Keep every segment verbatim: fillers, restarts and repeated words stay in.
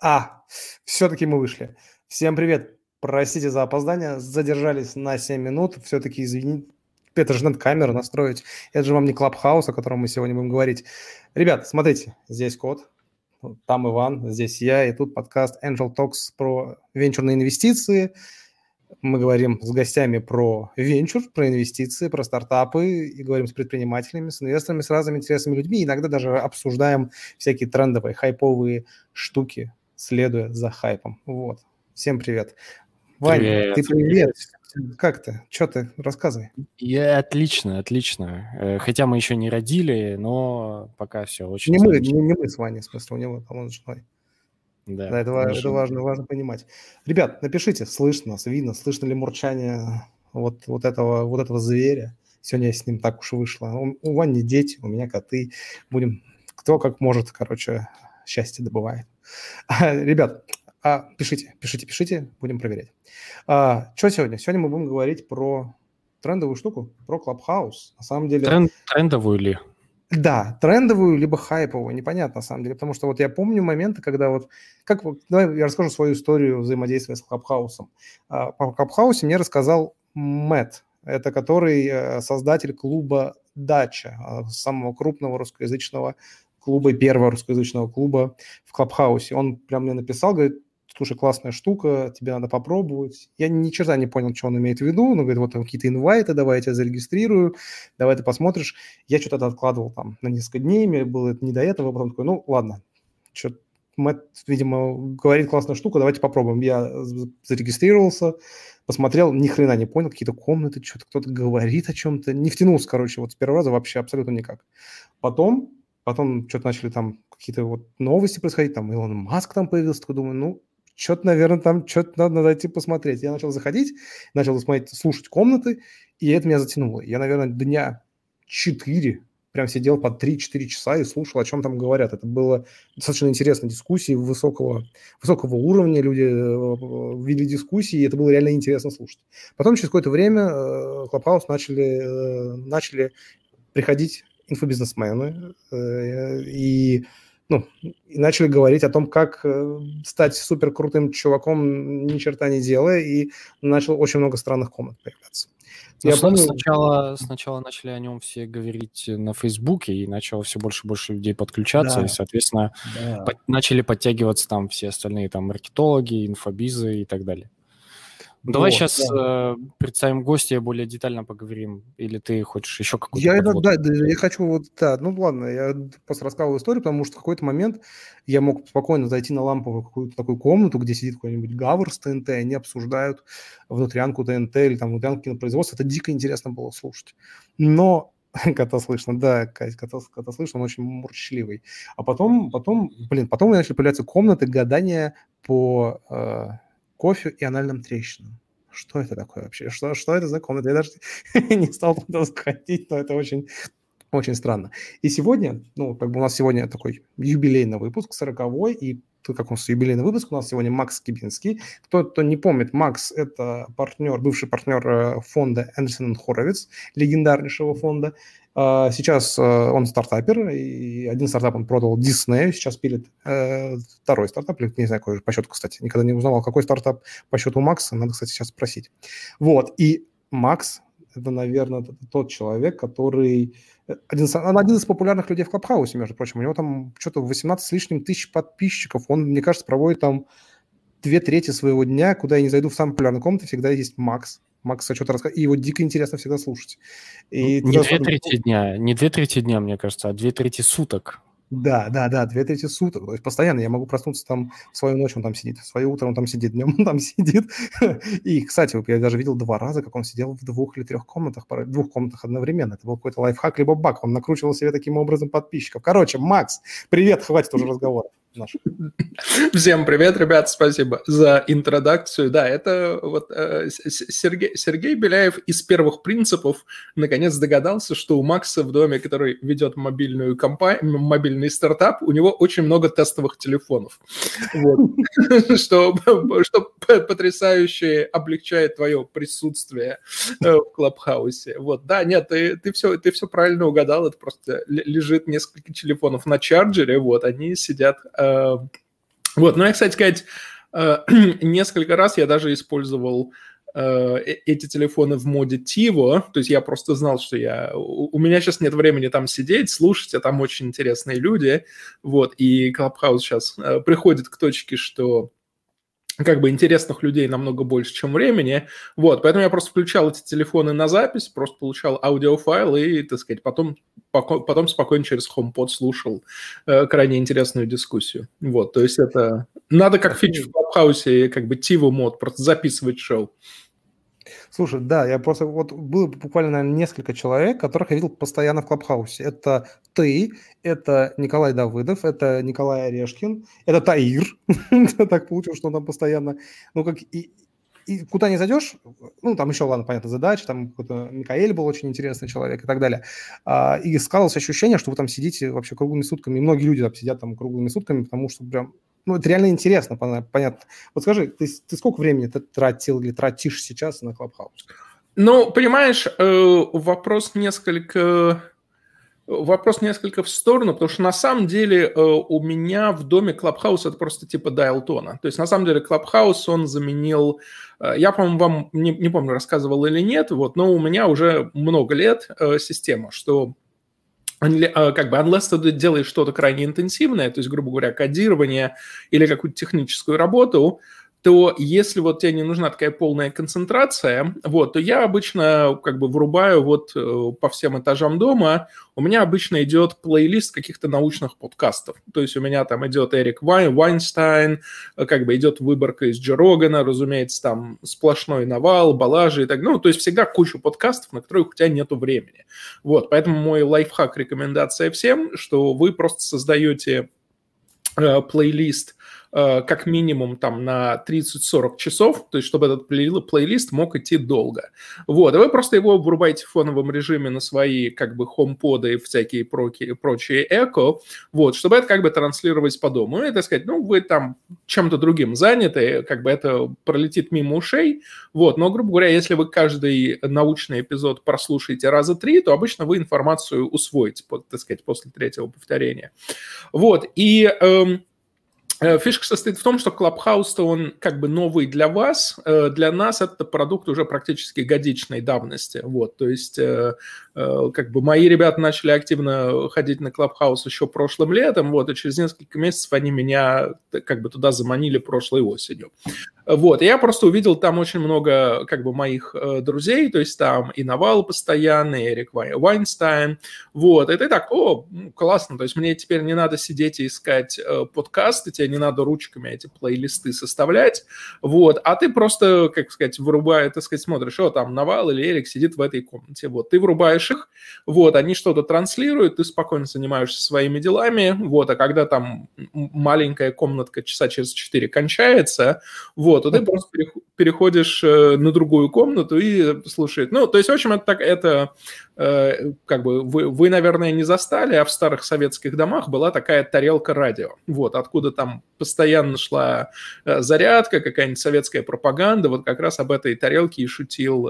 А, все-таки мы вышли. Всем привет. Простите за опоздание. Задержались на семь минут. Все-таки извините. Это же надо камеру настроить. Это же вам не Клабхаус, о котором мы сегодня будем говорить. Ребят, смотрите, здесь кот, там Иван, здесь я, и тут подкаст Angel Talks про венчурные инвестиции. Мы говорим с гостями про венчур, про инвестиции, про стартапы, и говорим с предпринимателями, с инвесторами, с разными интересными людьми. Иногда даже обсуждаем всякие трендовые, хайповые штуки, следуя за хайпом. Вот. Всем привет. Вань, Привет. ты привет. Как ты? Что ты? Рассказывай. Я отлично, отлично. Хотя мы еще не родили, но пока все очень Не мы, не, не мы с Ваней, в смысле, у него, по-моему, с женой. Да, Да, это, это важно, важно понимать. Ребят, напишите, слышно нас, видно, слышно ли мурчание вот, вот, этого, вот этого зверя. Сегодня с ним так уж вышло. У, у Вани дети, у меня коты. Будем, кто как может, короче, счастье добывает. Ребят, а, пишите, пишите, пишите, будем проверять. А, что сегодня? Сегодня мы будем говорить про трендовую штуку, про Clubhouse. На самом деле... Тренд, трендовую ли? Да, трендовую, либо хайповую, непонятно на самом деле, потому что вот я помню моменты, когда вот, как, давай я расскажу свою историю взаимодействия с Клабхаусом. По Клабхаусе мне рассказал Мэтт, это который создатель клуба «Дача», самого крупного русскоязычного клуба, первого русскоязычного клуба в Клабхаусе. Он прям мне написал, говорит, слушай, классная штука, тебе надо попробовать. Я ни черта не понял, что он имеет в виду. Он говорит, вот там какие-то инвайты, давай я тебя зарегистрирую, давай ты посмотришь. Я что-то откладывал там на несколько дней, мне было это не до этого, потом такой, ну, ладно, что Мэтт, видимо, говорит классная штука, давайте попробуем. Я зарегистрировался, посмотрел, ни хрена не понял, какие-то комнаты, что-то кто-то говорит о чем-то. Не втянулся, короче, вот с первого раза вообще абсолютно никак. Потом, потом что-то начали там какие-то вот новости происходить, там Илон Маск там появился, такой думаю, ну, что-то, наверное, там что-то надо, надо идти посмотреть. Я начал заходить, начал смотреть, слушать комнаты, и это меня затянуло. Я, наверное, дня четыре прям сидел по три-четыре часа и слушал, о чем там говорят. Это было достаточно интересно. Дискуссии высокого, высокого уровня, люди вели дискуссии, и это было реально интересно слушать. Потом через какое-то время в Clubhouse начали, начали приходить инфобизнесмены, и Ну, и начали говорить о том, как стать супер крутым чуваком, ни черта не делая, и начало очень много странных комнат появляться. Ну, Я помню... сначала, сначала начали о нем все говорить на Фейсбуке, и начало все больше и больше людей подключаться, да, и, соответственно, да. под, начали подтягиваться там все остальные там маркетологи, инфобизы и так далее. Вот, Давай сейчас да. э, представим гостя и более детально поговорим. Или ты хочешь еще какую-то я, подводку? да, да, я хочу вот, да, ну ладно, я просто рассказывал историю, потому что в какой-то момент я мог спокойно зайти на ламповую какую-то такую комнату, где сидит какой-нибудь Гавр с ТНТ, и они обсуждают внутрянку ТНТ или там внутрянку кинопроизводства. Это дико интересно было слушать. Но кота слышно, да, Кать, кота, кота слышно, он очень мурчливый. А потом, потом, блин, потом начали появляться комнаты гадания по... Э, кофе и анальным трещинам. Что это такое вообще? Что, что это за комната? Я даже не стал туда заходить, но это очень, очень странно. И сегодня, ну, как бы у нас сегодня такой юбилейный выпуск, сороковой, и тут как у нас юбилейный выпуск, у нас сегодня Макс Кибинский. Кто, кто не помнит, Макс – это партнер, бывший партнер фонда Эндерсон энд Хоровиц, легендарнейшего фонда. Сейчас он стартапер, и один стартап он продал Disney, сейчас пилит э, второй стартап, не знаю, какой по счету, кстати, никогда не узнавал, какой стартап по счету Макса, надо, кстати, сейчас спросить. Вот, и Макс – это, наверное, тот человек, который… Один, он один из популярных людей в Клабхаусе, между прочим, у него там что-то восемнадцать с лишним тысяч подписчиков, он, мне кажется, проводит там две трети своего дня, куда я не зайду в самые популярные комнаты, всегда есть Макс. Макс что-то рассказывает, и его дико интересно всегда слушать. И не две трети дня, не две трети дня, мне кажется, а две трети суток. Да, да, да, две трети суток. То есть постоянно я могу проснуться там, в свою ночь он там сидит, в свое утро он там сидит, днем он там сидит. И, кстати, я даже видел два раза, как он сидел в двух или трех комнатах, в двух комнатах одновременно. Это был какой-то лайфхак, либо баг. Он накручивал себе таким образом подписчиков. Короче, Макс, привет, хватит уже разговора. Наш. Всем привет, ребят, спасибо за интродакцию. Да, это вот э, Сергей, Сергей Беляев из первых принципов наконец догадался, что у Макса в доме, который ведет мобильную компанию, мобильный стартап, у него очень много тестовых телефонов, что потрясающе облегчает твое присутствие в Клабхаусе. Вот, да, нет, ты все правильно угадал, это просто лежит несколько телефонов на чарджере, вот, они сидят Вот, ну, я, кстати сказать, несколько раз я даже использовал эти телефоны в моде TiVo, то есть я просто знал, что я... У меня сейчас нет времени там сидеть, слушать, а там очень интересные люди, вот, и Clubhouse сейчас приходит к точке, что как бы интересных людей намного больше, чем времени, вот, поэтому я просто включал эти телефоны на запись, просто получал аудиофайл и, так сказать, потом, потом спокойно через HomePod слушал э, крайне интересную дискуссию, вот, то есть это... Надо как фичу в Clubhouse, как бы TiVo мод, просто записывать шоу. Слушай, да, я просто... Вот было буквально, наверное, несколько человек, которых я видел постоянно в Клабхаусе. Это ты, это Николай Давыдов, это Николай Орешкин, это Таир. Так получилось, что он там постоянно... Ну, как... И, и куда не зайдешь, ну, там еще, ладно, понятно, задача, там какой-то Микаэль был очень интересный человек и так далее. А, и складывалось ощущение, что вы там сидите вообще круглыми сутками, и многие люди там сидят там круглыми сутками, потому что прям... Ну, это реально интересно, понятно. Вот скажи, ты, ты сколько времени ты тратил или тратишь сейчас на Clubhouse? Ну, понимаешь, вопрос несколько... Вопрос несколько в сторону, потому что на самом деле у меня в доме Clubhouse это просто типа Dial-тона. То есть на самом деле Clubhouse, он заменил... Я, по-моему, вам, не, не помню, рассказывал или нет, вот, но у меня уже много лет система, что... как бы, unless ты делаешь что-то крайне интенсивное, то есть, грубо говоря, кодирование или какую-то техническую работу, то если вот тебе не нужна такая полная концентрация, вот, то я обычно как бы врубаю вот по всем этажам дома, у меня обычно идет плейлист каких-то научных подкастов. То есть у меня там идет Эрик Вайнстайн, как бы идет выборка из Джо Рогана, разумеется, там сплошной навал, балажи и так далее. Ну, то есть всегда куча подкастов, на которых у тебя нету времени. Вот, поэтому мой лайфхак, рекомендация всем, что вы просто создаете э, плейлист как минимум там на тридцать-сорок часов, то есть чтобы этот плейлист мог идти долго. Вот, и вы просто его врубаете в фоновом режиме на свои как бы HomePod и всякие прочие, прочие эко, вот, чтобы это как бы транслировать по дому. И, так сказать, ну, вы там чем-то другим заняты, как бы это пролетит мимо ушей, вот, но, грубо говоря, если вы каждый научный эпизод прослушаете раза три, то обычно вы информацию усвоите, так сказать, после третьего повторения. Вот, и... Эм, Фишка состоит в том, что Clubhouse-то он как бы новый для вас, для нас это продукт уже практически годичной давности, вот, то есть как бы мои ребята начали активно ходить на Clubhouse еще прошлым летом, вот, и через несколько месяцев они меня как бы туда заманили прошлой осенью. Вот, и я просто увидел там очень много как бы моих э, друзей, то есть там и Навал постоянный, и Эрик Вайнстайн, вот, и ты так, о, классно, то есть мне теперь не надо сидеть и искать э, подкасты, тебе не надо ручками эти плейлисты составлять, вот, а ты просто, как сказать, вырубаешь, так сказать, смотришь, о, там Навал или Эрик сидит в этой комнате, вот, ты врубаешь их, вот, они что-то транслируют, ты спокойно занимаешься своими делами, вот, а когда там маленькая комнатка часа через четыре кончается, вот, Вот, и ты просто переходишь на другую комнату и слушаешь. Ну, то есть, в общем, это так, это как бы вы, вы, наверное, не застали, а в старых советских домах была такая тарелка радио. Вот, откуда там постоянно шла зарядка, какая-нибудь советская пропаганда. Вот как раз об этой тарелке и шутил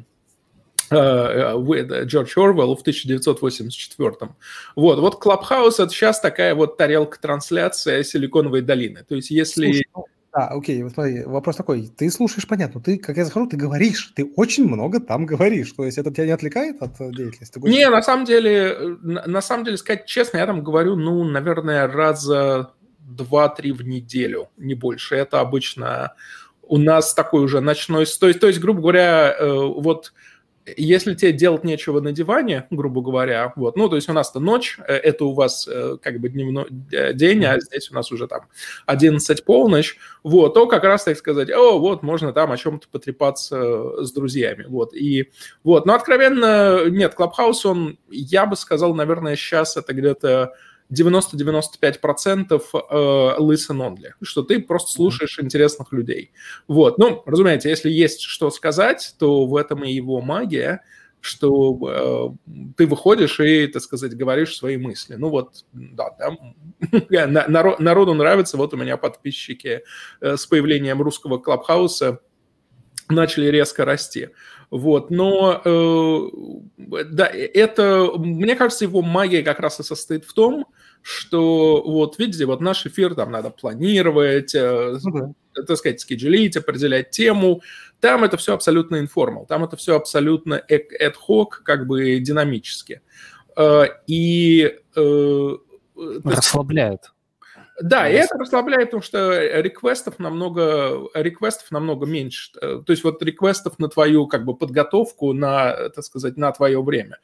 Джордж Орвелл в тысяча девятьсот восемьдесят четвёртом. Вот, вот Clubhouse — это сейчас такая вот тарелка-трансляция Силиконовой долины. То есть, если... Слушай, да, окей, вот смотри, вопрос такой. Ты слушаешь, понятно, ты, как я захожу, ты говоришь, ты очень много там говоришь. То есть это тебя не отвлекает от деятельности? Ты не, на самом деле, на, на самом деле, сказать честно, я там говорю, ну, наверное, раза два-три в неделю, не больше. Это обычно у нас такой уже ночной... То есть, то есть грубо говоря, вот... Если тебе делать нечего на диване, грубо говоря, вот, ну, то есть у нас-то ночь, это у вас как бы дневной день, а здесь у нас уже там одиннадцать полночь, вот, то как раз, так сказать, о, вот, можно там о чем-то потрепаться с друзьями, вот, и, вот, но откровенно, нет, Clubhouse, он, я бы сказал, наверное, сейчас это где-то девяносто-девяносто пять процентов listen only, что ты просто слушаешь интересных людей. Вот. Ну, разумеется, если есть что сказать, то в этом и его магия, что э, ты выходишь и, так сказать, говоришь свои мысли. Ну вот, да, да. Народ, народу нравится, вот у меня подписчики э, с появлением русского Клабхауса начали резко расти. Вот, но э, да, это, мне кажется, его магия как раз и состоит в том, что вот, видите, вот наш эфир там надо планировать, э, ну, да. так сказать, скеджулить, определять тему. Там это все абсолютно информал, там это все абсолютно ad-hoc, как бы динамически. Э, и... Э, расслабляет. Да, и это расслабляет, потому что реквестов намного, реквестов намного меньше. То есть вот реквестов на твою как бы подготовку, на, так сказать, на твое время.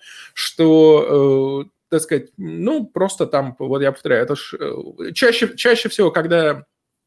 Что, э, так сказать, ну, просто там, вот я повторяю, это ж, чаще, чаще всего, когда...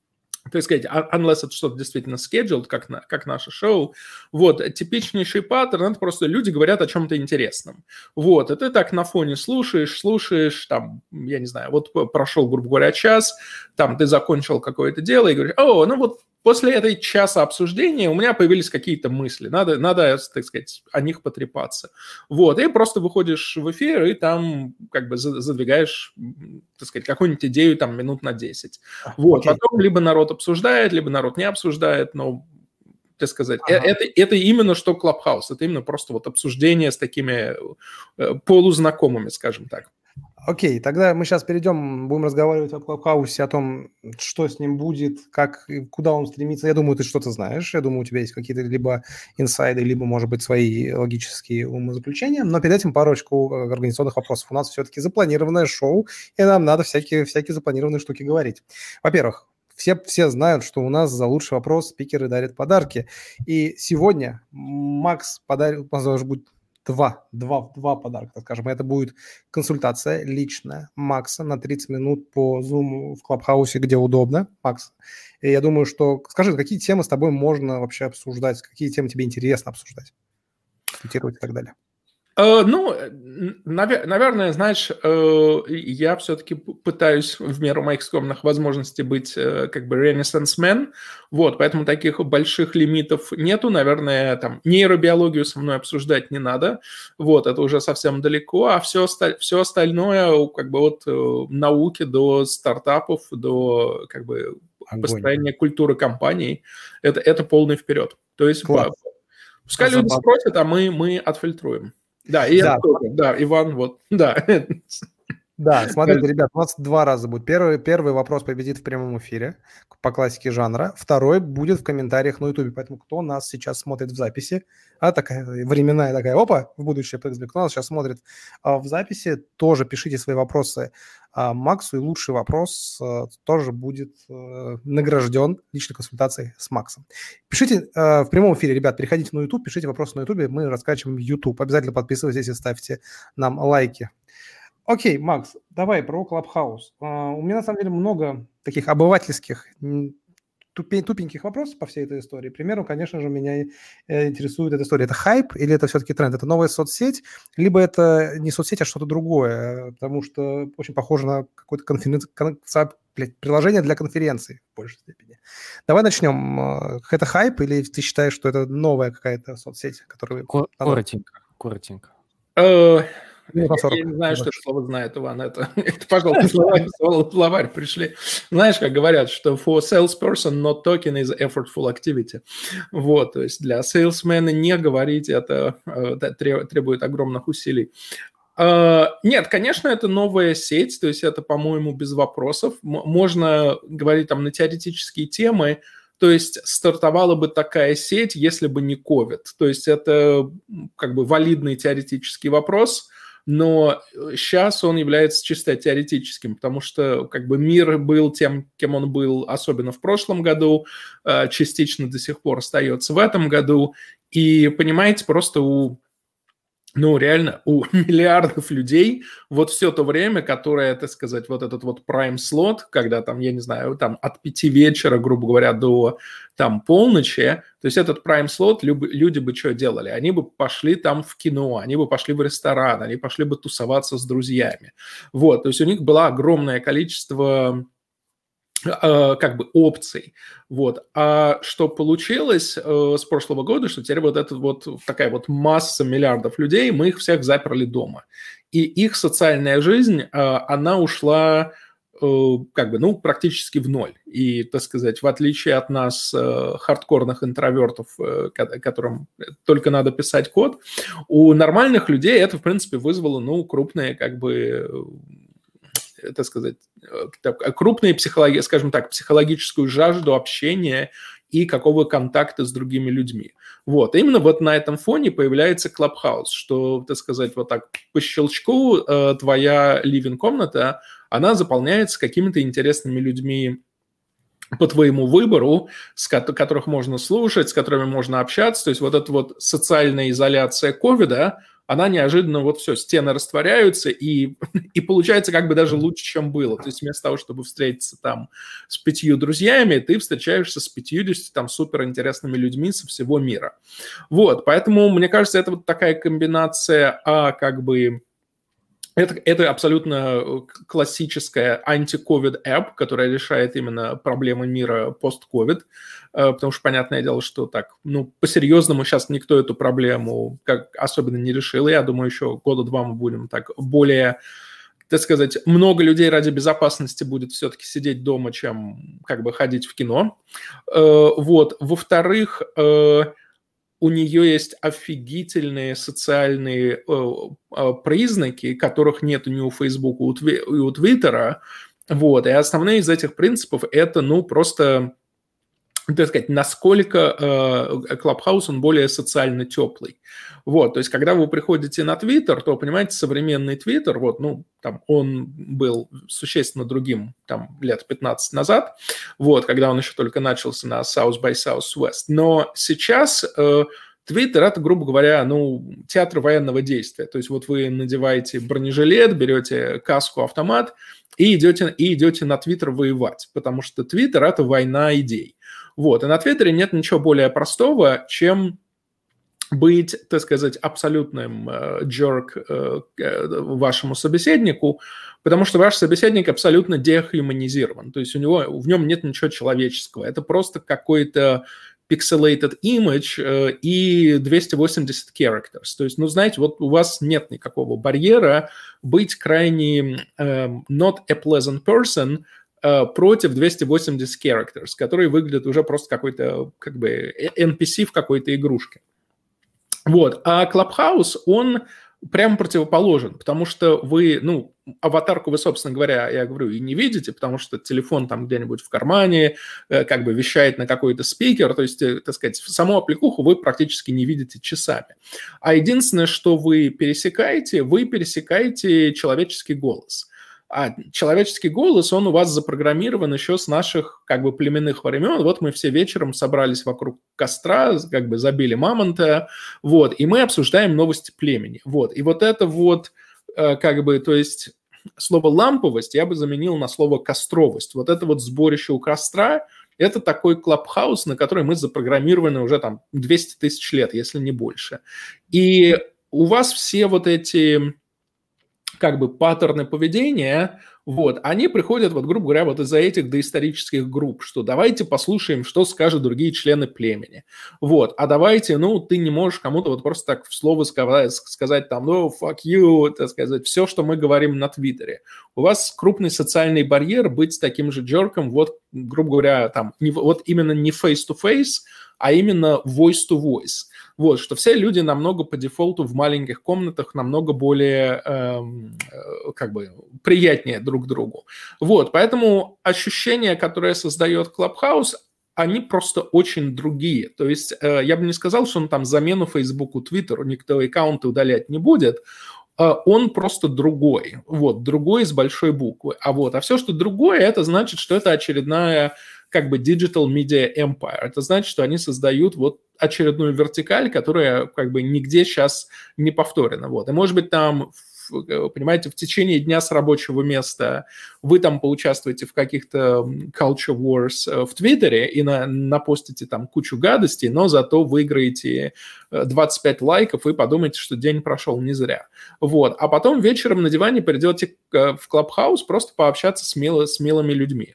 так сказать, unless это что-то действительно scheduled, как, на, как наше шоу, вот, типичнейший паттерн, это просто люди говорят о чем-то интересном, вот, и ты так на фоне слушаешь, слушаешь, там, я не знаю, вот прошел, грубо говоря, час, там, ты закончил какое-то дело и говоришь, о, ну вот, после этой часа обсуждения у меня появились какие-то мысли, надо, надо, так сказать, о них потрепаться. Вот, и просто выходишь в эфир и там как бы задвигаешь, так сказать, какую-нибудь идею там минут на десять. Вот, okay. Потом либо народ обсуждает, либо народ не обсуждает, но, так сказать, ага. это, это именно что Clubhouse, это именно просто вот обсуждение с такими полузнакомыми, скажем так. Окей, тогда мы сейчас перейдем, будем разговаривать о Клабхаусе, о том, что с ним будет, как, куда он стремится. Я думаю, ты что-то знаешь. Я думаю, у тебя есть какие-то либо инсайды, либо, может быть, свои логические умозаключения. Но перед этим парочку организационных вопросов. У нас все-таки запланированное шоу, и нам надо всякие, всякие запланированные штуки говорить. Во-первых, все, все знают, что у нас за лучший вопрос спикеры дарят подарки. И сегодня Макс подарил, у нас даже будет... Два, два, два подарка, так скажем. Это будет консультация личная Макса на тридцать минут по Zoom в Клабхаусе, где удобно, Макс. И я думаю, что... Скажи, какие темы с тобой можно вообще обсуждать? Какие темы тебе интересно обсуждать? Консультировать и так далее. Uh, ну, навер- наверное, знаешь, uh, я все-таки пытаюсь в меру моих скромных возможностей быть uh, как бы renaissance man, вот, поэтому таких больших лимитов нету, наверное, там, нейробиологию со мной обсуждать не надо, вот, это уже совсем далеко, а все, оста- все остальное, как бы от uh, науки до стартапов, до, как бы, Огонь. Построения культуры компаний, это, это полный вперед. То есть, по- пускай а люди забав... спросят, а мы, мы отфильтруем. Да, и да. Я, да, Иван, вот, да. Да, смотрите, ребят, у нас два раза будет. Первый, первый вопрос победит в прямом эфире по классике жанра. Второй будет в комментариях на Ютубе. Поэтому кто нас сейчас смотрит в записи, а такая временная такая, опа, в будущее, кто нас сейчас смотрит а, в записи, тоже пишите свои вопросы а, Максу, и лучший вопрос а, тоже будет а, награжден личной консультацией с Максом. Пишите а, в прямом эфире, ребят, переходите на YouTube, пишите вопросы на YouTube, мы раскачиваем YouTube. Обязательно подписывайтесь и ставьте нам лайки. Окей, Макс, давай про Clubhouse. Uh, у меня, на самом деле, много таких обывательских, тупе, тупеньких вопросов по всей этой истории. К примеру, конечно же, меня э, интересует эта история. Это хайп или это все-таки тренд? Это новая соцсеть, либо это не соцсеть, а что-то другое? Потому что очень похоже на какое-то конференц... кон... блядь, приложение для конференций в большей степени. Давай начнем. Это хайп или ты считаешь, что это новая какая-то соцсеть, которую... Коротенько, коротенько. Я, я не знаю, что это слово знает, Иван. Это, это пожалуйста, словарь, словарь пришли. Знаешь, как говорят, что for salesperson not talking is effortful activity. Вот, то есть для сейлсмена не говорить это, это требует огромных усилий. Нет, конечно, это новая сеть, то есть это, по-моему, без вопросов. Можно говорить там на теоретические темы. То есть стартовала бы такая сеть, если бы не COVID. То есть это как бы валидный теоретический вопрос, но сейчас он является чисто теоретическим, потому что как бы мир был тем, кем он был, особенно в прошлом году, частично до сих пор остается в этом году. И, понимаете, просто у... Ну, реально, у миллиардов людей вот все то время, которое, так сказать, вот этот вот прайм-слот, когда там, я не знаю, там от пяти вечера, грубо говоря, до там полночи, то есть этот прайм-слот люди бы что делали? Они бы пошли там в кино, они бы пошли в ресторан, они пошли бы тусоваться с друзьями. Вот, то есть у них было огромное количество... как бы опций, вот. А что получилось э, с прошлого года, что теперь вот эта вот такая вот масса миллиардов людей, мы их всех заперли дома. И их социальная жизнь, э, она ушла э, как бы, ну, практически в ноль. И, так сказать, в отличие от нас, э, хардкорных интровертов, э, которым только надо писать код, у нормальных людей это, в принципе, вызвало, ну, крупные, как бы... так сказать, крупную психологи, скажем так, психологическую жажду общения и какого контакта с другими людьми. Вот, именно вот на этом фоне появляется Clubhouse, что, так сказать, вот так по щелчку э, твоя ливинг-комната, она заполняется какими-то интересными людьми по твоему выбору, с ко- которых можно слушать, с которыми можно общаться. То есть вот эта вот социальная изоляция ковида, она неожиданно вот все, стены растворяются, и, и получается как бы даже лучше, чем было. То есть вместо того, чтобы встретиться там с пятью друзьями, ты встречаешься с пятьюдесятью там суперинтересными людьми со всего мира. Вот, поэтому, мне кажется, это вот такая комбинация, а как бы... Это, это абсолютно классическая анти-ковид-эп, которая решает именно проблемы мира пост-ковид, потому что, понятное дело, что так, ну, по-серьезному сейчас никто эту проблему как особенно не решил. Я думаю, еще года два мы будем так более, так сказать, много людей ради безопасности будет все-таки сидеть дома, чем как бы ходить в кино. Вот. Во-вторых, у нее есть офигительные социальные э, э, признаки, которых нет ни у Facebook, ни у, Тви- и у Twitter. Вот. И основные из этих принципов – это, ну, просто, так сказать, насколько э, Clubhouse, он более социально теплый. Вот. То есть, когда вы приходите на Twitter, то, понимаете, современный Twitter, вот, ну, там, он был существенно другим, там, лет пятнадцать назад, вот, когда он еще только начался на South by Southwest. Но сейчас э, Twitter – это, грубо говоря, ну, театр военного действия. То есть, вот вы надеваете бронежилет, берете каску, автомат и идете, и идете на Twitter воевать, потому что Twitter – это война идей. Вот. И на Твиттере нет ничего более простого, чем быть, так сказать, абсолютным э, jerk э, вашему собеседнику, потому что ваш собеседник абсолютно дехуманизирован. То есть у него, в нем нет ничего человеческого. Это просто какой-то pixelated image э, и двести восемьдесят characters. То есть, ну, знаете, вот у вас нет никакого барьера быть крайне э, not a pleasant person э, против двухсот восьмидесяти characters, которые выглядят уже просто какой-то, как бы, эн пи си в какой-то игрушке. Вот, а Clubhouse, он прямо противоположен, потому что вы, ну, аватарку вы, собственно говоря, я говорю, и не видите, потому что телефон там где-нибудь в кармане, как бы вещает на какой-то спикер, то есть, так сказать, саму аппликуху вы практически не видите часами. А единственное, что вы пересекаете, вы пересекаете человеческий голос. А человеческий голос, он у вас запрограммирован еще с наших как бы племенных времен. Вот мы все вечером собрались вокруг костра, как бы забили мамонта, вот, и мы обсуждаем новости племени. Вот, и вот это вот как бы, то есть слово «ламповость» я бы заменил на слово «костровость». Вот это вот сборище у костра – это такой клабхаус, на который мы запрограммированы уже там двести тысяч лет, если не больше. И у вас все вот эти... как бы паттерны поведения, вот, они приходят, вот, грубо говоря, вот из-за этих доисторических групп, что давайте послушаем, что скажут другие члены племени, вот, а давайте, ну, ты не можешь кому-то вот просто так в слово сказать, сказать там, ну, fuck you, так сказать, все, что мы говорим на Твиттере. У вас крупный социальный барьер быть таким же джерком, вот, грубо говоря, там, не, вот именно не face-to-face, а именно voice-to-voice. Вот, что все люди намного по дефолту в маленьких комнатах намного более, эм, э, как бы, приятнее друг другу. Вот, поэтому ощущения, которые создает Clubhouse, они просто очень другие. То есть э, я бы не сказал, что он там замену Фейсбуку, Твиттеру, никто аккаунты удалять не будет, э, он просто другой. Вот, другой с большой буквы. А вот, а все, что другое, это значит, что это очередная как бы digital media empire. Это значит, что они создают вот очередную вертикаль, которая как бы нигде сейчас не повторена. Вот. И может быть там, понимаете, в течение дня с рабочего места вы там поучаствуете в каких-то culture wars в Твиттере и на, напостите там кучу гадостей, но зато выиграете двадцать пять лайков и подумаете, что день прошел не зря. Вот. А потом вечером на диване придете в Clubhouse просто пообщаться с, мило, с милыми людьми.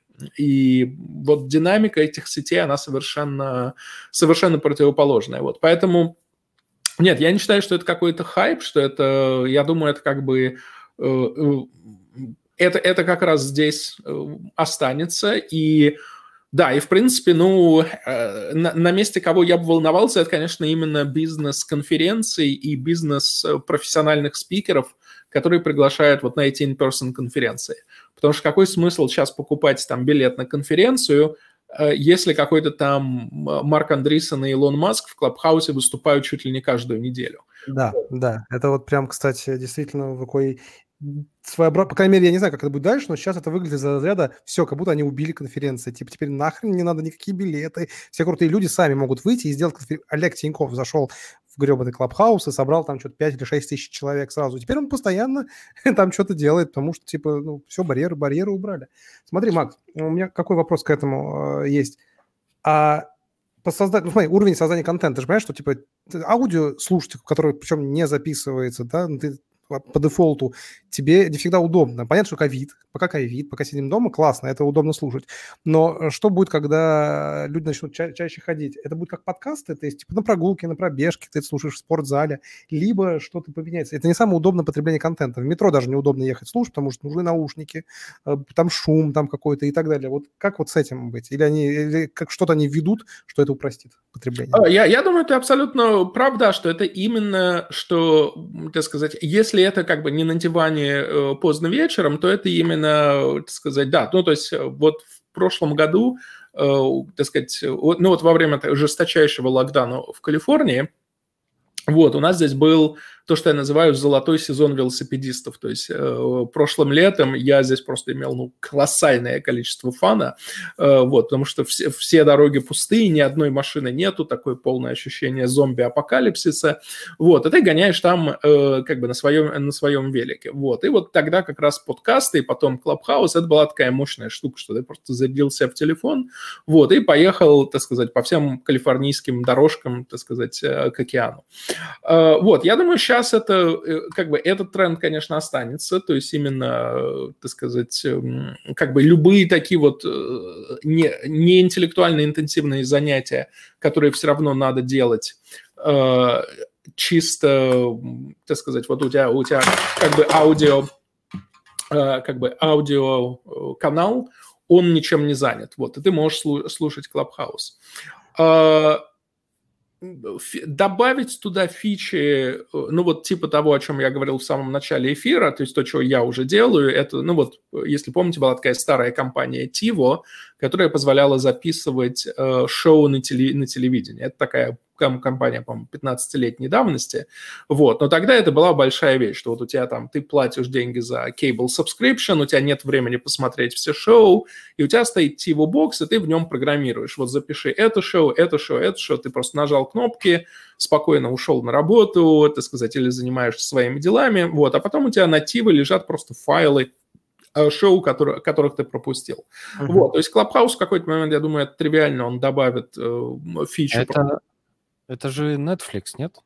И вот динамика этих сетей, она совершенно, совершенно противоположная. Вот. Поэтому, нет, я не считаю, что это какой-то хайп, что это, я думаю, это как бы, это, это как раз здесь останется. И Да, и в принципе, ну, на, на месте кого я бы волновался, это, конечно, именно бизнес-конференций и бизнес-профессиональных спикеров, которые приглашают вот на эти in-person конференции. Потому что какой смысл сейчас покупать там билет на конференцию, если какой-то там Марк Андреессен и Илон Маск в Клабхаусе выступают чуть ли не каждую неделю. Да, да, это вот прям, кстати, действительно такой своеобразный, по крайней мере, я не знаю, как это будет дальше, но сейчас это выглядит из разряда, все, как будто они убили конференции, типа теперь нахрен не надо никакие билеты, все крутые люди сами могут выйти и сделать конференцию. Олег Тиньков зашел в гребаный Клабхаус и собрал там что-то пять или шесть тысяч человек сразу. Теперь он постоянно там что-то делает, потому что, типа, ну, все, барьеры, барьеры убрали. Смотри, Макс, у меня какой вопрос к этому э, есть. А по созданию, ну, смотри, уровень создания контента, ты же понимаешь, что, типа, аудио слушать, который, причем, не записывается, да, ты по дефолту, тебе не всегда удобно. Понятно, что ковид, пока ковид, пока сидим дома, классно, это удобно слушать. Но что будет, когда люди начнут ча- чаще ходить? Это будет как подкасты, то есть типа на прогулке, на пробежке, ты это слушаешь в спортзале, либо что-то поменяется. Это не самое удобное потребление контента. В метро даже неудобно ехать слушать, потому что нужны наушники, там шум там какой-то и так далее. Вот как вот с этим быть? Или они или как что-то они введут, что это упростит потребление? Я, я думаю, ты абсолютно прав, да, что это именно, что, так сказать, если это как бы не на диване э, поздно вечером, то это именно, так сказать, да, ну, то есть вот в прошлом году, э, так сказать, вот, ну, вот во время жесточайшего локдауна в Калифорнии, вот, у нас здесь был то, что я называю золотой сезон велосипедистов. То есть э, прошлым летом я здесь просто имел ну, колоссальное количество фана, э, вот, потому что все, все дороги пустые, ни одной машины нету, такое полное ощущение зомби-апокалипсиса. Вот, и ты гоняешь там э, как бы на своем, на своем велике. Вот, и вот тогда как раз подкасты и потом Клабхаус, это была такая мощная штука, что ты просто зарядил себя в телефон, вот, и поехал, так сказать, по всем калифорнийским дорожкам, так сказать, к океану. Э, вот, я думаю, сейчас Сейчас это, как бы, этот тренд, конечно, останется, то есть именно, так сказать, как бы любые такие вот не, не интеллектуально интенсивные занятия, которые все равно надо делать, чисто, так сказать, вот у тебя, у тебя как бы аудио, как бы аудиоканал, он ничем не занят, вот, и ты можешь слушать Clubhouse. Добавить туда фичи, ну вот типа того, о чем я говорил в самом начале эфира, то есть то, что я уже делаю, это, ну вот, если помните, была такая старая компания Tivo, которая позволяла записывать э, шоу на, теле, на телевидении. Это такая компания, по-моему, пятнадцатилетней давности. Вот. Но тогда это была большая вещь, что вот у тебя там, ты платишь деньги за cable subscription, у тебя нет времени посмотреть все шоу, и у тебя стоит Tivo Box, и ты в нем программируешь. Вот запиши это шоу, это шоу, это шоу. Ты просто нажал кнопки, спокойно ушел на работу, так сказать, или занимаешься своими делами. Вот. А потом у тебя на Tivo лежат просто файлы шоу, которые, которых ты пропустил. Uh-huh. Вот. То есть Clubhouse в какой-то момент, я думаю, это тривиально, он добавит э, фичу. Это... Это же Netflix, нет?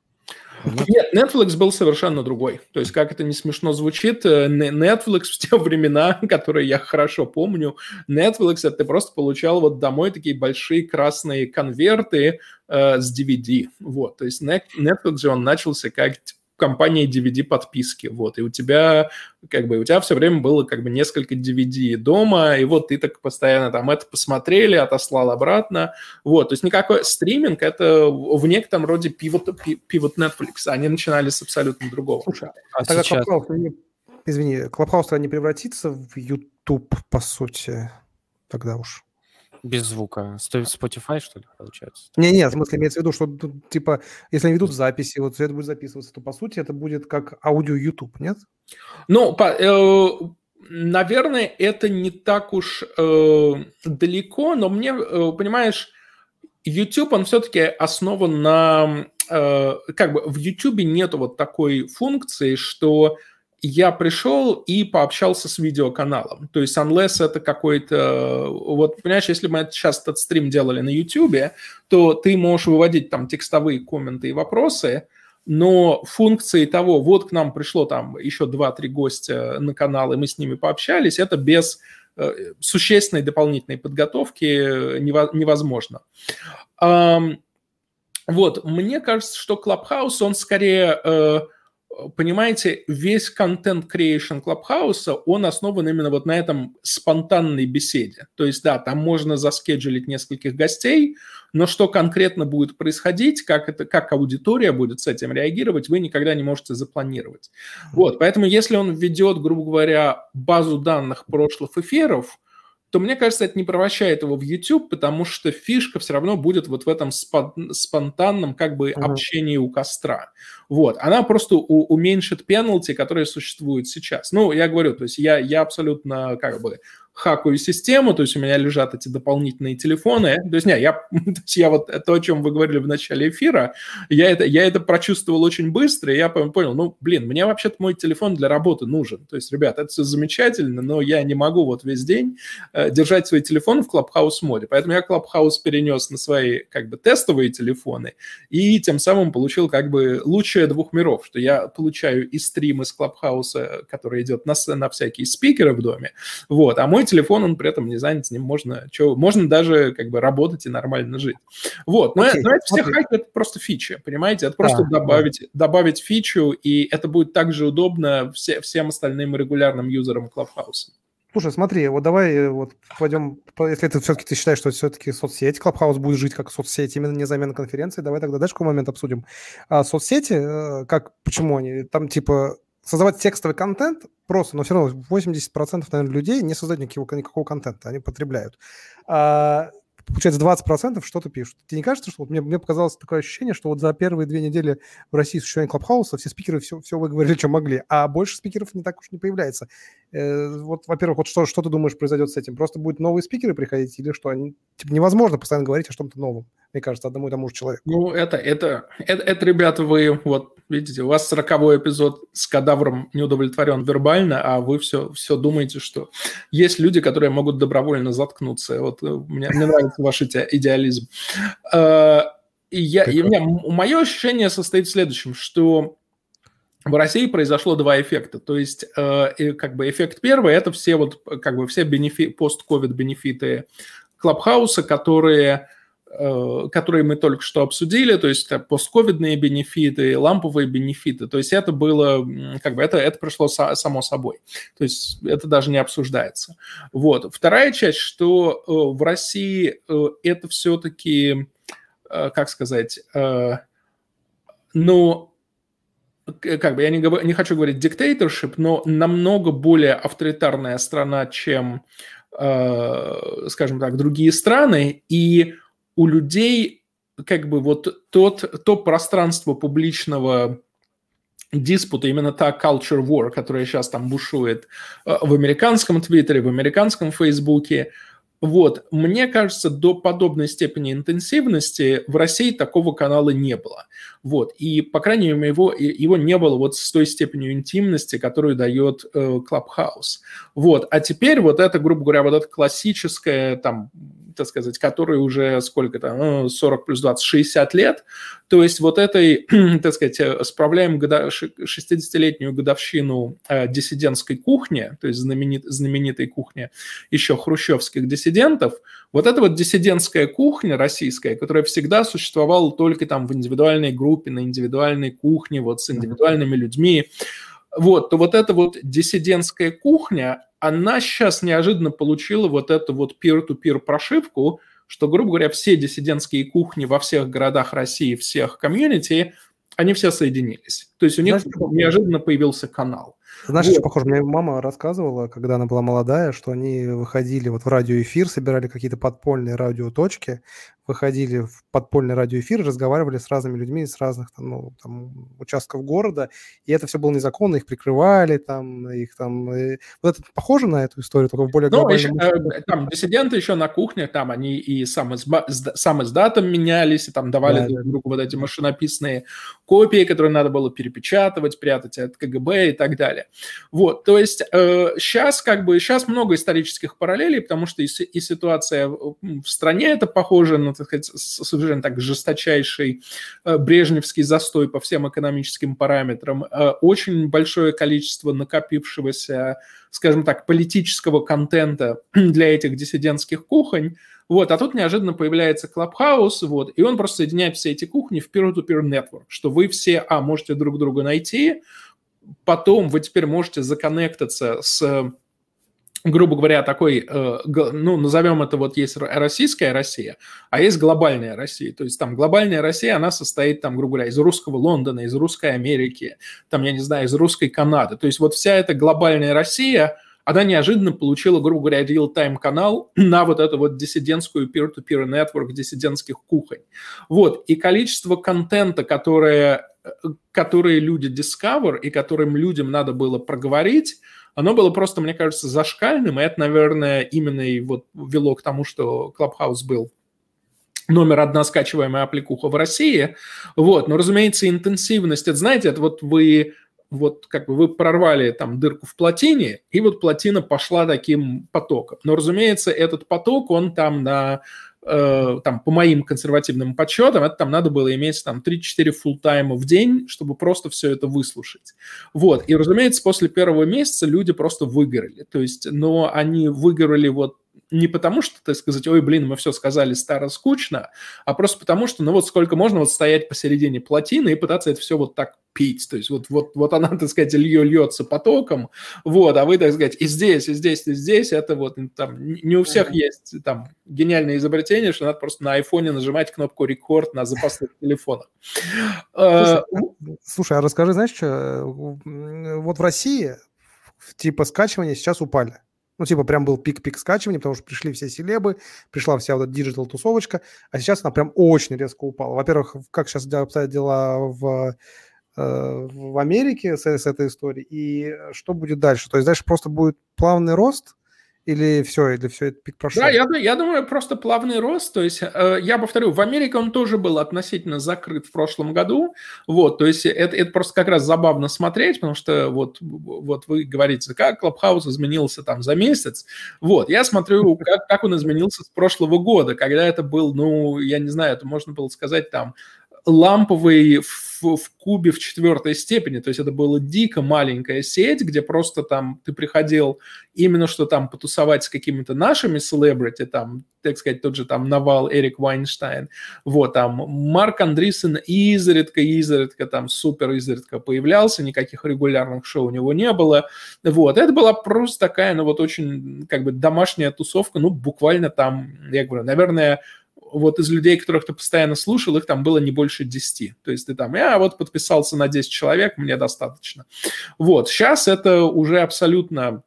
Нет, Netflix был совершенно другой. То есть, как это не смешно звучит, Netflix в те времена, которые я хорошо помню, Netflix, это ты просто получал вот домой такие большие красные конверты э, с ди ви ди. Вот. То есть Netflix же он начался как компания ди ви ди-подписки, вот, и у тебя, как бы, у тебя все время было, как бы, несколько ди ви ди дома, и вот ты так постоянно там это посмотрели, отослал обратно, вот, то есть никакой стриминг, это в некотором роде пивот, пивот Netflix, они начинали с абсолютно другого. Слушай, а тогда сейчас... Clubhouse, не, извини, Clubhouse не превратится в YouTube, по сути, тогда уж? Без звука. Стоит Spotify, что ли, получается? Не-не, в смысле, имеется в виду, что, типа, если они ведут записи, вот это будет записываться, то, по сути, это будет как аудио YouTube, нет? Ну, по, э, наверное, это не так уж э, далеко, но мне, э, понимаешь, YouTube, он все-таки основан на... Э, как бы в YouTube нету вот такой функции, что... я пришел и пообщался с видеоканалом. То есть, unless это какой-то... Вот, понимаешь, если мы сейчас этот стрим делали на YouTube, то ты можешь выводить там текстовые комменты и вопросы, но функции того, вот к нам пришло там еще два-три гостя на канал, и мы с ними пообщались, это без э, существенной дополнительной подготовки невозможно. Um, вот, мне кажется, что Clubhouse, он скорее... Э, понимаете, весь контент creation Clubhouse, он основан именно вот на этом спонтанной беседе. То есть, да, там можно заскеджулить нескольких гостей, но что конкретно будет происходить, как, это, как аудитория будет с этим реагировать, вы никогда не можете запланировать. Вот, поэтому если он введет, грубо говоря, базу данных прошлых эфиров, то, мне кажется, это не превращает его в YouTube, потому что фишка все равно будет вот в этом спонтанном как бы uh-huh. общении у костра. Вот. Она просто у- уменьшит пеналти, которые существуют сейчас. Ну, я говорю, то есть я, я абсолютно как бы хакаю систему, то есть у меня лежат эти дополнительные телефоны. То есть, не, я, то есть я вот то, о чем вы говорили в начале эфира, я это, я это прочувствовал очень быстро, и я понял, ну, блин, мне вообще-то мой телефон для работы нужен. То есть, ребят, это все замечательно, но я не могу вот весь день э, держать свой телефон в Clubhouse моде. Поэтому я Clubhouse перенес на свои как бы тестовые телефоны, и тем самым получил как бы лучшее двух миров, что я получаю и стрим из Clubhouse, который идет на, на всякие спикеры в доме, вот, а мой телефон, он при этом не занят, с ним можно, что, можно даже как бы работать и нормально жить. Вот, но, okay, но это все хаки, это просто фичи, понимаете? Это просто да, добавить, да. добавить фичу, и это будет также удобно все, всем остальным регулярным юзерам Clubhouse. Слушай, смотри, вот давай вот пойдем, если ты все-таки ты считаешь, что все-таки соцсеть, Clubhouse будет жить как соцсеть, именно не замена конференции, давай тогда дальше какой момент обсудим. А соцсети, как, почему они, там типа создавать текстовый контент просто, но все равно восемьдесят процентов, наверное, людей не создают никакого, никакого контента, они потребляют. А, получается, двадцать процентов что-то пишут. Тебе не кажется, что вот мне, мне показалось такое ощущение, что вот за первые две недели в России существования Клабхауса все спикеры все, все выговорили, что могли, а больше спикеров не так уж не появляется. Э, вот, во-первых, вот что, что ты думаешь произойдет с этим? Просто будут новые спикеры приходить или что? Они, типа, невозможно постоянно говорить о чем-то новом, мне кажется, одному и тому же человеку. Ну, это, это, это, это, ребята, вы, вот, видите, у вас сороковой эпизод с кадавром не удовлетворен вербально, а вы все, все думаете, что есть люди, которые могут добровольно заткнуться. Вот мне, мне нравится ваш идеализм. И, я, и у меня, мое ощущение состоит в следующем, что в России произошло два эффекта. То есть, э, как бы эффект первый – это все вот, как бы все бенефи, пост-ковид бенефиты Клабхауса, которые, э, которые мы только что обсудили, то есть постковидные бенефиты, ламповые бенефиты. То есть это было, как бы, это, это прошло со, само собой. То есть это даже не обсуждается. Вот. Вторая часть, что э, в России э, это все-таки, э, как сказать, э, ну, как бы я не, говорю, не хочу говорить dictatorship, но намного более авторитарная страна, чем, э, скажем так, другие страны, и у людей как бы вот тот, то пространство публичного диспута, именно та culture war, которая сейчас там бушует в американском Твиттере, в американском Фейсбуке, вот, мне кажется, до подобной степени интенсивности в России такого канала не было. Вот, и, по крайней мере, его, его не было вот с той степенью интимности, которую дает э, Clubhouse. Вот, а теперь вот это, грубо говоря, вот это классическое, там, так сказать, которой уже сколько-то, ну, сорок плюс двадцать, шестьдесят лет, то есть вот этой, так сказать, справляем года, шестидесятилетнюю годовщину э, диссидентской кухни, то есть знаменит, знаменитой кухни еще хрущевских диссидентов, вот эта вот диссидентская кухня российская, которая всегда существовала только там в индивидуальной группе, на индивидуальной кухне, вот с индивидуальными людьми, вот, то вот эта вот диссидентская кухня, она сейчас неожиданно получила вот эту вот peer-to-peer прошивку, что, грубо говоря, все диссидентские кухни во всех городах России, всех комьюнити, они все соединились. То есть у них Знаешь, неожиданно появился канал. Знаешь, вот. Что похоже, мне мама рассказывала, когда она была молодая, что они выходили вот в радиоэфир, собирали какие-то подпольные радиоточки, выходили в подпольный радиоэфир, разговаривали с разными людьми с разных там, ну, там, участков города, и это все было незаконно, их прикрывали, там, их там... И... Вот это похоже на эту историю, только в более ну, глобальном... Еще, э, там диссиденты еще на кухнях, там они и сам, изба... сам издатом менялись, и там давали да, друг другу да. вот эти машинописные копии, которые надо было перепечатывать, прятать от КГБ и так далее. Вот, то есть э, сейчас как бы, сейчас много исторических параллелей, потому что и, и ситуация в стране это похоже на, так сказать, совершенно так жесточайший брежневский застой по всем экономическим параметрам, очень большое количество накопившегося, скажем так, политического контента для этих диссидентских кухонь. Вот, а тут неожиданно появляется Clubhouse, вот, и он просто соединяет все эти кухни в peer-to-peer network, что вы все, а, можете друг друга найти, потом вы теперь можете законнектиться с, грубо говоря, такой, ну, назовем это, вот есть российская Россия, а есть глобальная Россия. То есть там глобальная Россия, она состоит, там, грубо говоря, из русского Лондона, из русской Америки, там, я не знаю, из русской Канады. То есть вот вся эта глобальная Россия, она неожиданно получила, грубо говоря, real-time канал на вот эту вот диссидентскую peer-to-peer network диссидентских кухонь. Вот, и количество контента, которое, которые люди discover и которым людям надо было проговорить, оно было просто, мне кажется, зашкальным, и это, наверное, именно и вот вело к тому, что Clubhouse был номер одна скачиваемая аппликуха в России. Вот, но, разумеется, интенсивность, это, знаете, это вот вы... Вот как бы вы прорвали там дырку в плотине, и вот плотина пошла таким потоком. Но, разумеется, этот поток, он там на, э, там, по моим консервативным подсчетам, это там надо было иметь там три-четыре фулл-тайма в день, чтобы просто все это выслушать. Вот, и, разумеется, после первого месяца люди просто выгорели. То есть, но они выгорели вот не потому, что, так сказать, ой, блин, мы все сказали старо, скучно, а просто потому, что, ну вот сколько можно вот стоять посередине плотины и пытаться это все вот так пить. То есть вот, вот, вот она, так сказать, льё, льется потоком, вот, а вы, так сказать, и здесь, и здесь, и здесь, это вот там не у всех есть там гениальное изобретение, что надо просто на айфоне нажимать кнопку рекорд на запасных телефонах. Слушай, слушай, а расскажи, знаешь, что вот в России типа скачивания сейчас упали. Ну, типа, прям был пик-пик скачивания, потому что пришли все селебы, пришла вся вот эта диджитал-тусовочка, а сейчас она прям очень резко упала. Во-первых, как сейчас обстоят дела в, в Америке с, с этой историей, и что будет дальше? То есть дальше просто будет плавный рост, или все, или все это пик прошел? Да, я, я думаю, просто плавный рост. То есть, э, я повторю, в Америке он тоже был относительно закрыт в прошлом году. Вот, то есть, это, это просто как раз забавно смотреть, потому что вот, вот вы говорите, как Clubhouse изменился там за месяц. Вот, я смотрю, как, как он изменился с прошлого года, когда это был, ну, я не знаю, это можно было сказать там, ламповый в, в кубе в четвертой степени, то есть это была дико маленькая сеть, где просто там ты приходил именно что там потусовать с какими-то нашими селебрити, там, так сказать, тот же там Навал, Эрик Вайнштейн, вот, там Марк Андрисен изредка-изредка там супер изредка появлялся, никаких регулярных шоу у него не было, вот, это была просто такая, ну вот очень как бы домашняя тусовка, ну буквально там, я говорю, наверное, вот из людей, которых ты постоянно слушал, их там было не больше десяти. То есть ты там, я вот подписался на десять человек, мне достаточно. Вот, сейчас это уже абсолютно,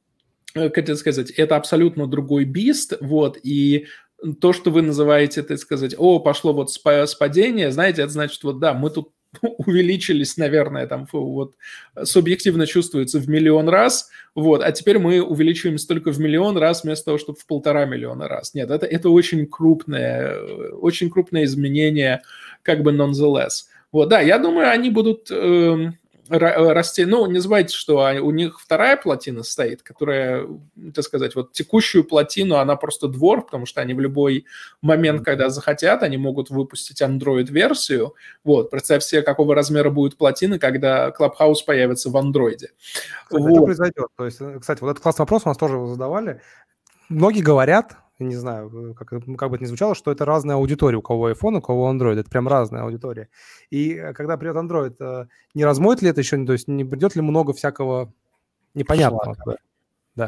как это сказать, это абсолютно другой бист, вот, и то, что вы называете, так сказать, о, пошло вот спадение, знаете, это значит, вот да, мы тут увеличились, наверное, там вот субъективно чувствуется в миллион раз, вот, а теперь мы увеличиваемся только в миллион раз вместо того, чтобы в полтора миллиона раз. Нет, это, это очень крупное, очень крупное изменение, как бы nonetheless. Вот, да, я думаю, они будут э, расти. Ну, не забывайте, что у них вторая плотина стоит, которая, так сказать, вот текущую плотину, она просто двор, потому что они в любой момент, когда захотят, они могут выпустить Android-версию. Вот, представь себе, какого размера будет плотина, когда Clubhouse появится в Android. Кстати, вот. Это произойдет. То есть, кстати, вот этот классный вопрос у нас тоже его задавали. Многие говорят, не знаю, как, как бы это ни звучало, что это разная аудитория, у кого iPhone, у кого Android. Это прям разная аудитория. И когда придет Android, не размоет ли это еще, то есть не придет ли много всякого непонятного? Да.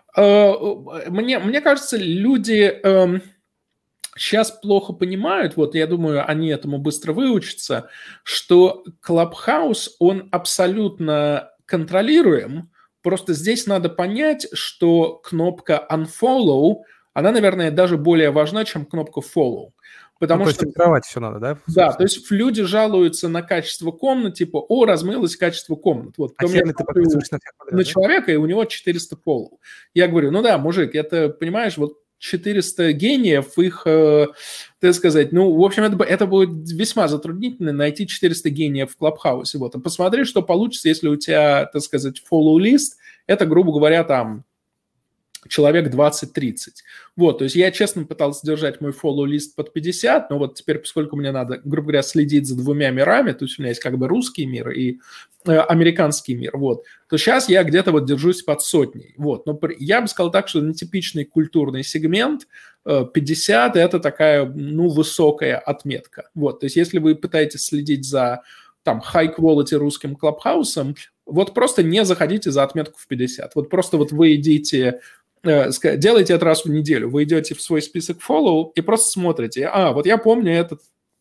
Мне, мне кажется, люди эм, сейчас плохо понимают, вот я думаю, они этому быстро выучатся, что Clubhouse, он абсолютно контролируем. Просто здесь надо понять, что кнопка unfollow, она, наверное, даже более важна, чем кнопка follow. Потому ну, что... То есть фильтровать все надо, да? Да, то есть люди жалуются на качество комнат, типа, о, размылось качество комнат. Вот, а я смотрю на, подряд, на да? человека, и у него четыреста follow. Я говорю, ну да, мужик, это, понимаешь, вот четыреста гениев, их, э, так сказать, ну, в общем, это, это будет весьма затруднительно найти четыреста гениев в Клабхаусе. Вот, а посмотри, что получится, если у тебя, так сказать, follow-лист, это, грубо говоря, там, человек двадцать-тридцать. Вот, то есть я честно пытался держать мой follow-лист под пятьдесят, но вот теперь, поскольку мне надо, грубо говоря, следить за двумя мирами, то есть у меня есть как бы русский мир и э, американский мир, вот, то сейчас я где-то вот держусь под сотней, вот. Но я бы сказал так, что на типичный культурный сегмент э, пятьдесят – это такая, ну, высокая отметка, вот. То есть если вы пытаетесь следить за, там, high-quality русским клабхаусом, вот просто не заходите за отметку в пятьдесят. Вот просто вот вы идите, э, делайте это раз в неделю. Вы идете в свой список follow и просто смотрите. А, вот я помню, этот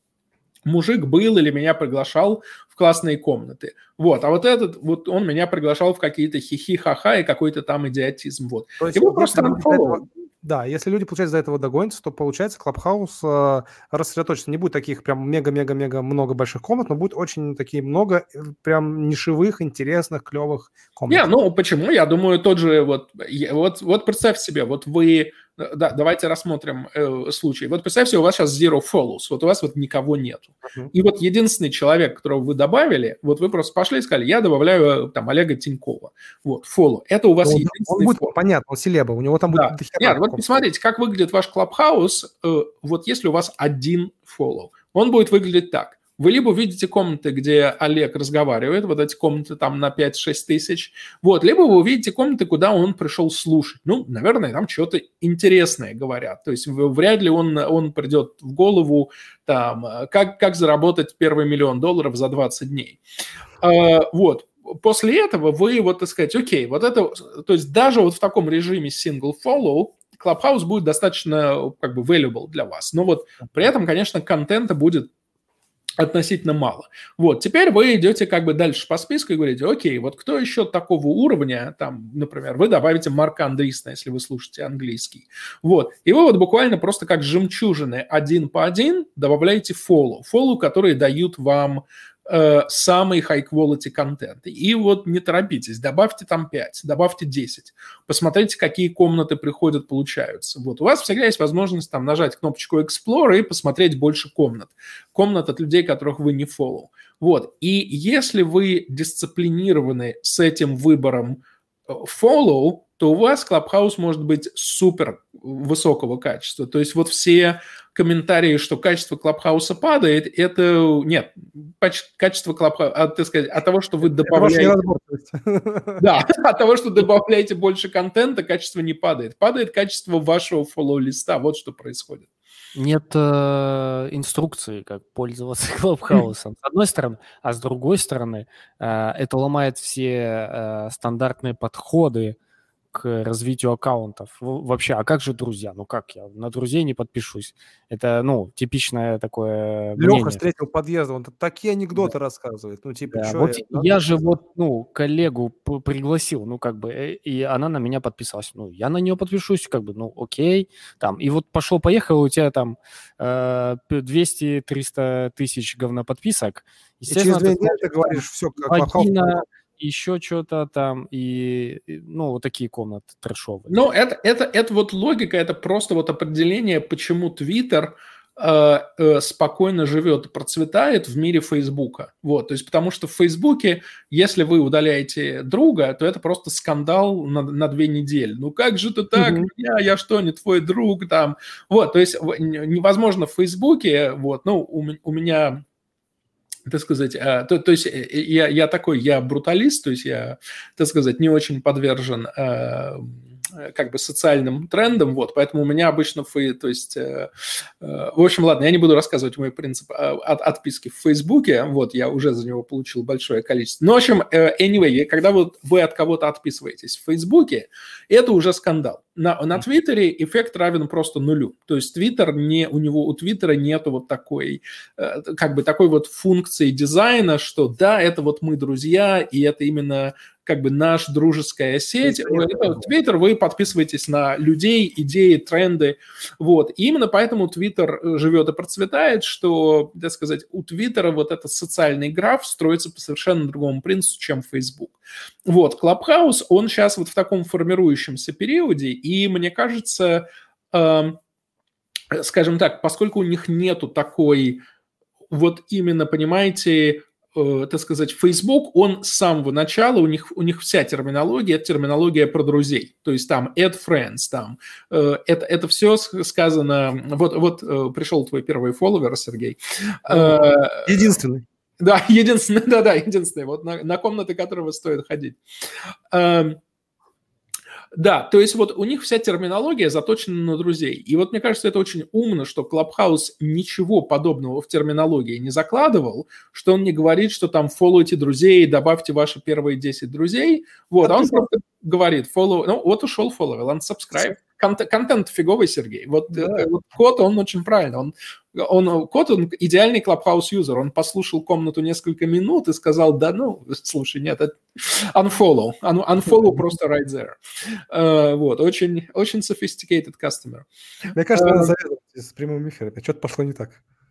мужик был или меня приглашал в классные комнаты. Вот, а вот этот, вот он меня приглашал в какие-то хихи-ха-ха и какой-то там идиотизм. Вот. То есть, и вы просто этого, да, если люди, получается, до этого догонятся, то, получается, Clubhouse э, рассредоточится. Не будет таких прям мега-мега-мега много больших комнат, но будет очень такие много прям нишевых, интересных, клевых комнат. Не, ну почему? Я думаю, тот же, вот, вот, вот представь себе, вот вы, да, давайте рассмотрим э, случай. Вот представь себе, у вас сейчас zero follows, вот у вас вот никого нету. Uh-huh. И вот единственный человек, которого вы добавили, вот вы просто пошли и сказали, я добавляю там Олега Тинькова. Вот, follow. Это у вас он, единственный он будет, follow. Понятно, он селеба, у него там да. будет дохера. Нет, вот посмотрите, как выглядит ваш Clubhouse, э, вот если у вас один follow. Он будет выглядеть так. Вы либо видите комнаты, где Олег разговаривает, вот эти комнаты там на пять-шесть тысяч, вот, либо вы увидите комнаты, куда он пришел слушать. Ну, наверное, там что-то интересное говорят. То есть вряд ли он, он придет в голову, там, как, как заработать первый миллион долларов за двадцать дней. А, вот. После этого вы, вот, так сказать, окей, вот это, то есть даже вот в таком режиме single follow Clubhouse будет достаточно, как бы, valuable для вас. Но вот при этом, конечно, контента будет относительно мало. Вот, теперь вы идете как бы дальше по списку и говорите, окей, вот кто еще такого уровня, там, например, вы добавите Марка Андрисона, если вы слушаете английский. Вот, и вы вот буквально просто как жемчужины один по один добавляете follow, follow, которые дают вам э, самый high-quality контент. И вот не торопитесь, добавьте там пять, добавьте десять, посмотрите, какие комнаты приходят, получаются. Вот, у вас всегда есть возможность там нажать кнопочку Explore и посмотреть больше комнат. Комнат от людей, которых вы не follow. Вот, и если вы дисциплинированы с этим выбором follow, то у вас Clubhouse может быть супер высокого качества. То есть вот все комментарии, что качество Clubhouse падает, это нет. Качество Clubhouse, от, так сказать, от того, что вы добавляете... Да, от того, что добавляете больше контента, качество не падает. Падает качество вашего follow-листа. Вот что происходит. Нет э, инструкции, как пользоваться Clubhouse, с одной стороны, а с другой стороны, э, это ломает все э, стандартные подходы к развитию аккаунтов. Вообще, а как же друзья? Ну как я на друзей не подпишусь? Это, ну, типичное такое Леха мнение. встретил подъезд, он такие анекдоты да. рассказывает. Ну, типа, да, что вот я, я да? же вот, ну, коллегу пригласил, ну, как бы, и она на меня подписалась. Ну, я на нее подпишусь, как бы, ну, окей. Там, и вот пошел-поехал, у тебя там двести-триста тысяч говноподписок. Естественно, и через две недели ты говоришь, все, как вагина, еще что-то там, и, ну, вот такие комнаты трэшовые. Ну, это, это, это вот логика, это просто вот определение, почему Твиттер э, э, спокойно живет и процветает в мире Фейсбука. Вот, то есть потому что в Фейсбуке, если вы удаляете друга, то это просто скандал на, на две недели. Ну, как же ты так? Mm-hmm. Я, я что, не твой друг? Там. Вот, то есть невозможно в Фейсбуке, вот, ну, у, у меня... так сказать, то, то есть я, я такой, я бруталист, то есть я, так сказать, не очень подвержен э, как бы социальным трендам, вот, поэтому у меня обычно, то есть, э, э, в общем, ладно, я не буду рассказывать мой принцип от, отписки в Фейсбуке, вот, я уже за него получил большое количество. Но, в общем, anyway, когда вот вы от кого-то отписываетесь в Фейсбуке, это уже скандал. На, на Твиттере эффект равен просто нулю. То есть Твиттер не, у него, у Твиттера нету вот такой, э, как бы такой вот функции дизайна, что да, это вот мы друзья, и это именно как бы наша дружеская сеть. Твиттер, вы подписываетесь на людей, идеи, тренды. Вот. И именно поэтому Твиттер живет и процветает, что, так сказать, у Твиттера вот этот социальный граф строится по совершенно другому принципу, чем Facebook. Вот. Clubhouse, он сейчас вот в таком формирующемся периоде, и мне кажется, э, скажем так, поскольку у них нету такой вот именно, понимаете, э, так сказать, Facebook, он с самого начала, у них, у них вся терминология, это терминология про друзей. То есть там add friends, там, э, это, это все сказано... Вот, вот э, пришел твой первый фолловер, Сергей. Единственный. Да, единственный, да-да, единственный, вот на, на комнаты которого стоит ходить. Э, Да, то есть вот у них вся терминология заточена на друзей. И вот мне кажется, это очень умно, что Clubhouse ничего подобного в терминологии не закладывал, что он не говорит, что там фолловите друзей, добавьте ваши первые десять друзей. Вот, а он просто говорит, follow, ну вот ушел фолловер, unsubscribe. Контент, контент фиговый, Сергей. Вот, да. вот кот, он очень правильно. Он, он, кот, он идеальный Clubhouse-юзер. Он послушал комнату несколько минут и сказал, да ну, слушай, нет, это unfollow. Un, unfollow просто right there. Uh, вот, очень, очень sophisticated customer. Мне кажется, uh, надо завязывать с прямым эфиром. Что-то пошло не так.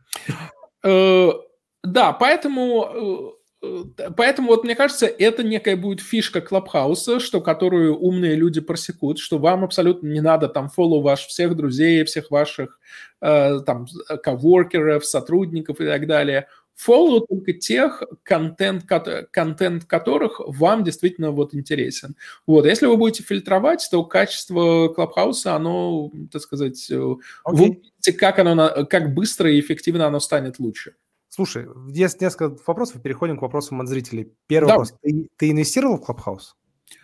Uh, да, поэтому... Поэтому вот мне кажется, это некая будет фишка Клабхауса, что которую умные люди просекут, что вам абсолютно не надо там фоллоу ваших всех друзей, всех ваших э, там коворкеров, сотрудников и так далее. Фоллоу только тех, контент, контент которых вам действительно вот интересен. Вот, если вы будете фильтровать, то качество Клабхауса, оно, так сказать, okay. вы увидите, как оно, как быстро и эффективно оно станет лучше. Слушай, есть несколько вопросов, и переходим к вопросам от зрителей. Первый да. вопрос. Ты, ты инвестировал в Clubhouse?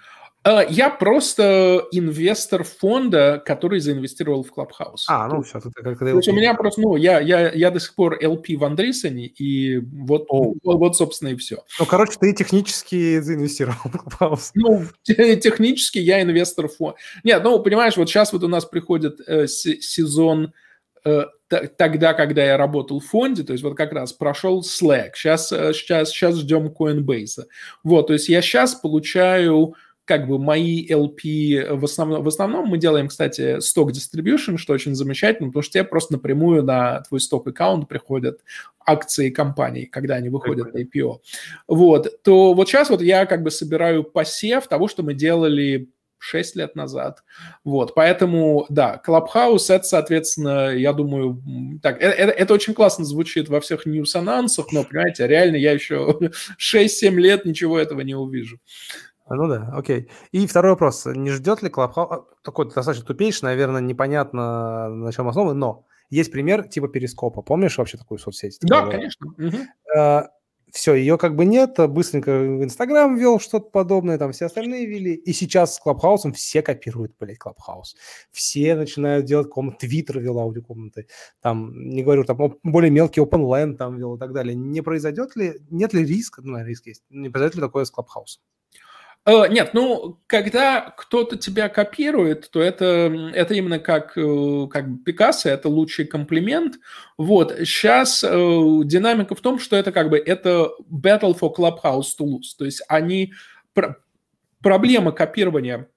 Я просто инвестор фонда, который заинвестировал в Clubhouse. А, ну все, ты как То есть у меня просто, ну, я, я, я до сих пор эл пи в Андрисоне, и вот, oh. вот, вот, собственно, и все. Ну, короче, ты технически заинвестировал в Clubhouse. Ну, технически я инвестор фонда. Нет, ну, понимаешь, вот сейчас вот у нас приходит э, сезон... тогда, когда я работал в фонде, то есть вот как раз прошел Slack, сейчас, сейчас, сейчас ждем Coinbase. Вот, то есть я сейчас получаю как бы мои эл пи, в основном, в основном мы делаем, кстати, stock distribution, что очень замечательно, потому что тебе просто напрямую на твой stock-аккаунт приходят акции компаний, когда они выходят на ай пи о. Вот, то вот сейчас вот я как бы собираю посев того, что мы делали шесть лет назад. Вот, поэтому, да, Clubhouse, это, соответственно, я думаю, так, это, это очень классно звучит во всех ньюс-анонсах, но, понимаете, реально я еще шесть-семь лет ничего этого не увижу. Ну да, окей. И второй вопрос. Не ждет ли Clubhouse... Такой достаточно тупейший, наверное, непонятно на чем основан, но есть пример типа Перископа. Помнишь вообще такую соцсеть? Да, такая, конечно. Угу. А, все, ее как бы нет. Быстренько в Инстаграм ввел что-то подобное, там все остальные ввели. И сейчас с Clubhouse все копируют, блядь, Clubhouse. Все начинают делать комнаты. Твиттер вел аудиокомнаты. Там, не говорю, там более мелкий OpenLAN там вел и так далее. Не произойдет ли... Нет ли риска? Ну, риск есть. Не произойдет ли такое с Clubhouse? Нет, ну, когда кто-то тебя копирует, то это, это именно как, как Пикассо, это лучший комплимент. Вот, сейчас э, динамика в том, что это как бы, это battle for Clubhouse to lose. То есть они, пр- проблема копирования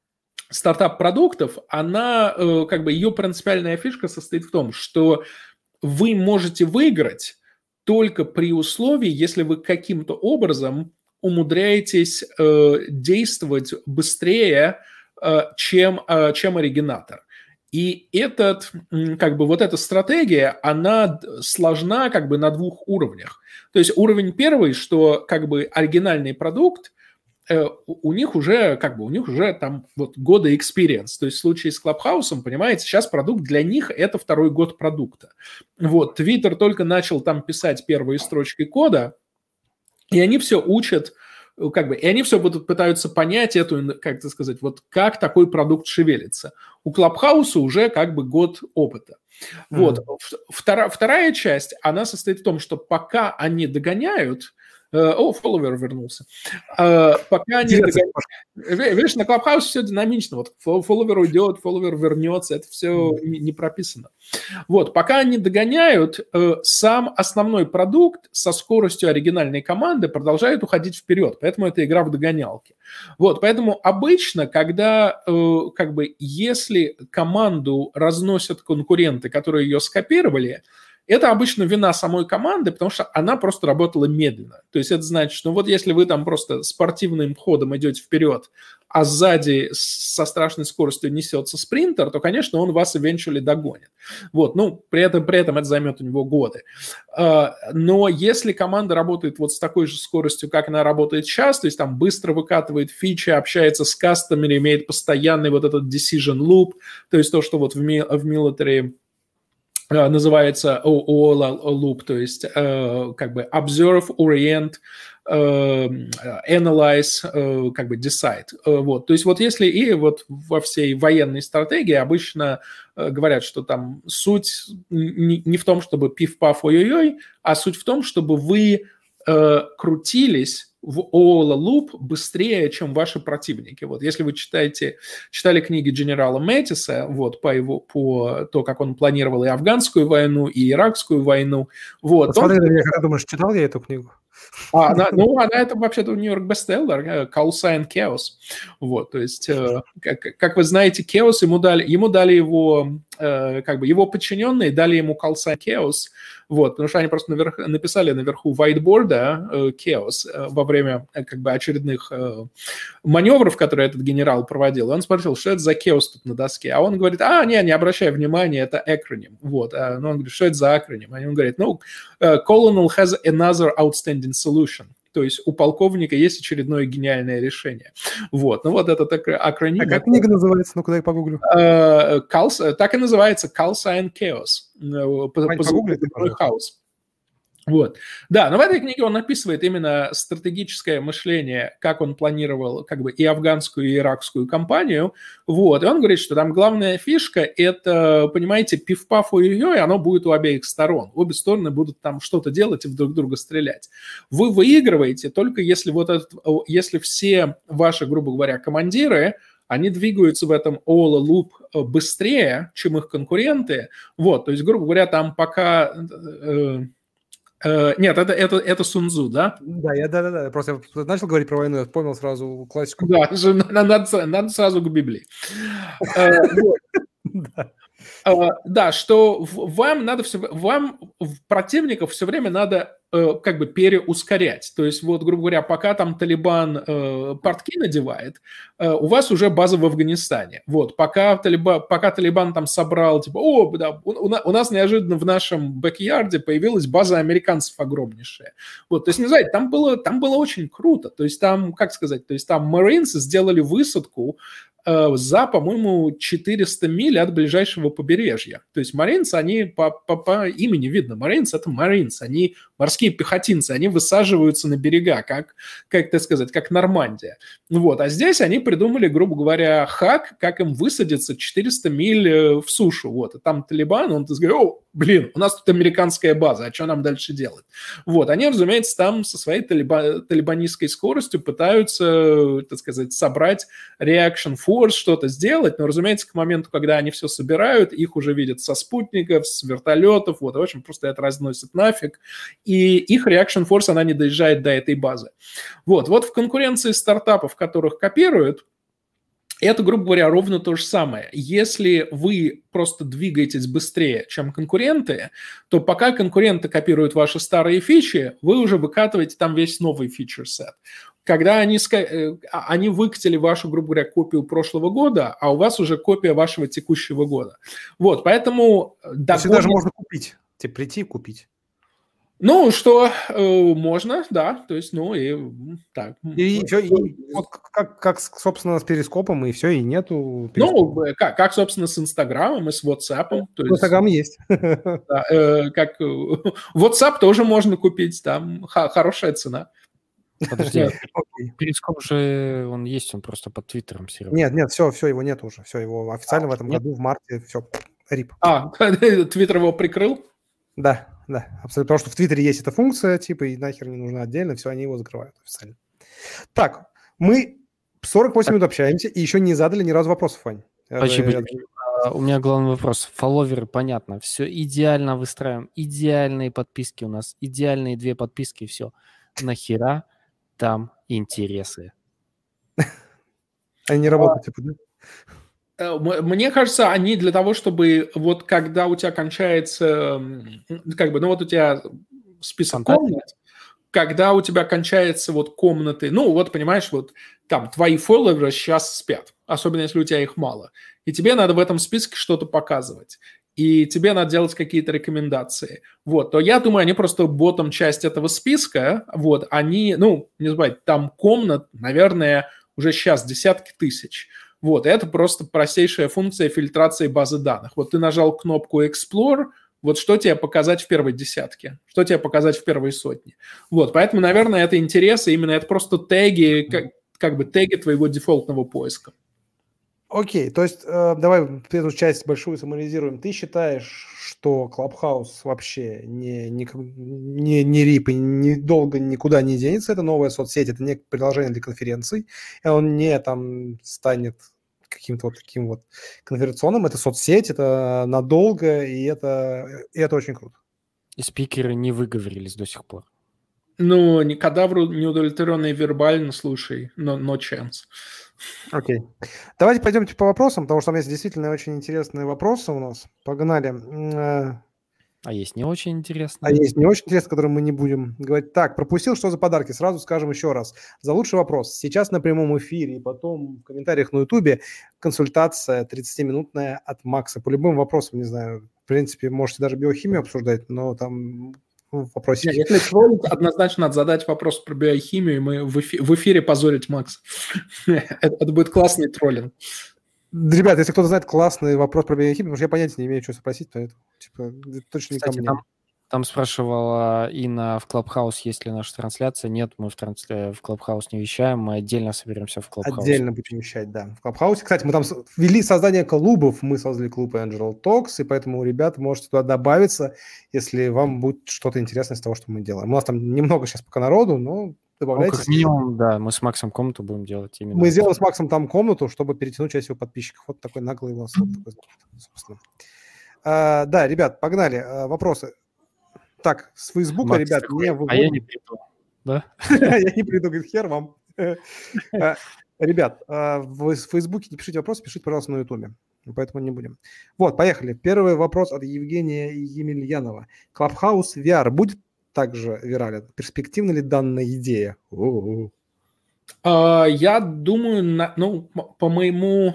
стартап-продуктов, она, э, как бы, ее принципиальная фишка состоит в том, что вы можете выиграть только при условии, если вы каким-то образом умудряетесь э, действовать быстрее, э, чем, э, чем оригинатор. И этот, как бы, вот эта стратегия, она сложна как бы на двух уровнях. То есть уровень первый, что как бы оригинальный продукт, э, у них уже как бы у них уже там вот года experience. То есть в случае с Clubhouse, понимаете, сейчас продукт для них это второй год продукта. Вот, Twitter только начал там писать первые строчки кода, и они все учат, как бы, и они все будут пытаются понять эту, как это сказать, вот как такой продукт шевелится. У Clubhouse уже как бы год опыта. Mm-hmm. Вот. Вторая, вторая часть, она состоит в том, что пока они догоняют, э, о, фолловер вернулся, э, пока они догоняют, видишь, на Clubhouse все динамично, вот фолловер уйдет, фолловер вернется, это все mm-hmm. не, не прописано. Вот, пока они догоняют, э, сам основной продукт со скоростью оригинальной команды продолжает уходить вперед, поэтому это игра в догонялки. Вот, поэтому обычно, когда, э, как бы, если команду разносят конкуренты, которые ее скопировали, это обычно вина самой команды, потому что она просто работала медленно. То есть это значит, что вот если вы там просто спортивным ходом идете вперед, а сзади со страшной скоростью несется спринтер, то, конечно, он вас eventually догонит. Вот, ну, при этом, при этом это займет у него годы. Но если команда работает вот с такой же скоростью, как она работает сейчас, то есть там быстро выкатывает фичи, общается с кастомерами, имеет постоянный вот этот decision loop, то есть то, что вот в, ми- в military называется о эл эл loop, то есть как бы observe, orient, analyze, как бы decide. Вот. То есть вот если и вот во всей военной стратегии обычно говорят, что там суть не, не в том, чтобы пиф-паф, ой-ой-ой, а суть в том, чтобы вы э, крутились в о эл эл loop быстрее, чем ваши противники. Вот, если вы читаете, читали книги генерала Мэттиса, вот, по, его, по то, как он планировал и афганскую войну, и иракскую войну. Вот, Посмотри он... на меня, как ты думаешь, читал я эту книгу? А, она, ну, она это вообще-то Нью-Йорк бестселлер, Call Sign Chaos. Вот, то есть, э, как, как вы знаете, Chaos ему дали, ему дали его, э, как бы, его подчиненные дали ему Call Sign Chaos, вот, потому что они просто наверх, написали наверху whiteboard э, Chaos э, во время, э, как бы, очередных э, маневров, которые этот генерал проводил. Он спросил, что это за Chaos тут на доске, а он говорит, а, не, не обращай внимания, это acronym, вот, а, ну, он говорит, что это за acronym? А он говорит, ну, Colonel has another outstanding solution. То есть у полковника есть очередное гениальное решение. Вот. Ну вот это так акроним. А как книга называется? Ну-ка, дай погуглю. Uh, Call, так и называется Call Sign Chaos. Погугли ты, пожалуйста. Вот. Да, но в этой книге он описывает именно стратегическое мышление, как он планировал как бы и афганскую, и иракскую кампанию. Вот. И он говорит, что там главная фишка – это, понимаете, пиф-паф, ой-ой-ой, оно будет у обеих сторон. Обе стороны будут там что-то делать и друг друга стрелять. Вы выигрываете только если, вот этот, если все ваши, грубо говоря, командиры, они двигаются в этом о эл эл loop быстрее, чем их конкуренты. Вот. То есть, грубо говоря, там пока… Uh, нет, это, это, это Сунцзу, да? Да, я да, да, да. Просто начал говорить про войну, я вспомнил сразу классику. Да, надо, надо сразу к Библии. Да, что вам надо все, вам противников все время надо как бы переускорять. То есть вот, грубо говоря, пока там Талибан портки надевает, у вас уже база в Афганистане. Вот, пока Талибан, пока Талибан там собрал, типа, о, да, у, у нас неожиданно в нашем бэк-ярде появилась база американцев огромнейшая. Вот, то есть, не знаю, там было, там было очень круто. То есть там, как сказать, то есть там Marines сделали высадку за, по-моему, четыреста миль от ближайшего побережья. То есть Marines, они по, по, по имени видно, Marines – это Marines, они морские пехотинцы, они высаживаются на берега, как, как так сказать, как Нормандия. Вот. А здесь они придумали, грубо говоря, хак, как им высадиться четыреста миль в сушу. Вот. И там Талибан, он говорит, о, блин, у нас тут американская база, а что нам дальше делать? Вот. Они, разумеется, там со своей талиба, талибанистской скоростью пытаются, так сказать, собрать reaction force, что-то сделать, но, разумеется, к моменту, когда они все собирают, их уже видят со спутников, с вертолетов, вот, и, в общем, просто это разносит нафиг, и их reaction force, она не доезжает до этой базы. Вот, вот в конкуренции стартапов, которых копируют, это, грубо говоря, ровно то же самое. Если вы просто двигаетесь быстрее, чем конкуренты, то пока конкуренты копируют ваши старые фичи, вы уже выкатываете там весь новый фичер-сет. Когда они, они выкатили вашу, грубо говоря, копию прошлого года, а у вас уже копия вашего текущего года. Вот, поэтому… Если даже можно купить, тебе прийти и купить. Ну, что э, можно, да, то есть, ну, и так. И все, и, вот как, как, собственно, с перископом, и все, и нету перископа. Ну, как, как, собственно, с Инстаграмом и с WhatsApp. Инстаграм есть. Да, э, как WhatsApp тоже можно купить, там х- хорошая цена. Подожди, перископ же он есть, он просто под Твиттером сервер. Нет, нет, все, все, его нет уже, все, его официально а, в этом нет? году, в марте, все, рип. А, Твиттер его прикрыл? Да, да, абсолютно, потому что в Твиттере есть эта функция, типа, и нахер не нужна отдельно, все, они его закрывают официально. Так, мы сорок восемь минут общаемся, и еще не задали ни разу вопросов, Вань. Почему? Я... У меня главный вопрос. Фолловеры, понятно, все идеально выстраиваем, идеальные подписки у нас, идеальные две подписки, все. Нахера там интересы? Они не работают, типа, да? Мне кажется, они для того, чтобы вот когда у тебя кончается, как бы, ну вот у тебя список комнат, когда у тебя кончается вот комнаты, ну вот понимаешь, вот там твои фолловеры сейчас спят, особенно если у тебя их мало, и тебе надо в этом списке что-то показывать, и тебе надо делать какие-то рекомендации, вот, то я думаю, они просто ботом часть этого списка, вот, они, ну, не забывайте, там комнат, наверное, уже сейчас десятки тысяч. Вот, это просто простейшая функция фильтрации базы данных. Вот ты нажал кнопку Explore, вот что тебе показать в первой десятке, что тебе показать в первой сотне. Вот, поэтому, наверное, это интересы, именно это просто теги, как, как бы теги твоего дефолтного поиска. Окей, то есть э, давай эту часть большую саморизируем. Ты считаешь, что Clubhouse вообще не, не, не, не рип и не долго никуда не денется, это новая соцсеть, это не приложение для конференций, и он не там станет каким-то вот таким вот конференционным, это соцсеть, это надолго, и это, и это очень круто. И спикеры не выговорились до сих пор. Ну, не кадавру неудовлетворенный вербально, слушай, но no, no chance. Окей. Okay. Давайте пойдемте по вопросам, потому что там есть действительно очень интересные вопросы у нас. Погнали. А есть не очень интересные. А есть не очень интересные, которые мы не будем говорить. Так, пропустил, что за подарки? Сразу скажем еще раз. За лучший вопрос. Сейчас на прямом эфире и потом в комментариях на Ютубе консультация тридцатиминутная от Макса. По любым вопросам, не знаю, в принципе, можете даже биохимию обсуждать, но там... Вопросики. Нет, если троллить, однозначно надо задать вопрос про биохимию, и мы в, эфи- в эфире позорить Макса. это, это будет классный троллинг. Ребята, если кто-то знает классный вопрос про биохимию, потому что я понятия не имею, что спросить, поэтому типа, точно Кстати, не ко мне. Там, там спрашивала Инна в Clubhouse, есть ли наша трансляция. Нет, мы в, трансля... в Clubhouse не вещаем, мы отдельно соберемся в Clubhouse. Отдельно будем вещать, да. В Clubhouse. Кстати, мы там ввели создание клубов, мы создали клуб Angel Talks, и поэтому, ребята, можете туда добавиться, если вам будет что-то интересное из того, что мы делаем. У нас там немного сейчас пока народу, но добавляйтесь. Ну, как минимум, да, мы с Максом комнату будем делать именно. Мы сделаем с Максом там комнату, чтобы перетянуть часть его подписчиков. Вот такой наглый у нас, вот такой, собственно. А, да, ребят, погнали. А, вопросы. Так, с Фейсбука, Макс ребят, такой, не выводим. А я не приду, да? Я не приду, говорит, хер вам. Ребят, в Фейсбуке не пишите вопросы, пишите, пожалуйста, на Ютубе. Поэтому не будем. Вот, поехали. Первый вопрос от Евгения Емельянова. Clubhouse ви ар будет также вирален? Перспективна ли данная идея? У-у-у. Я думаю, ну, по моему...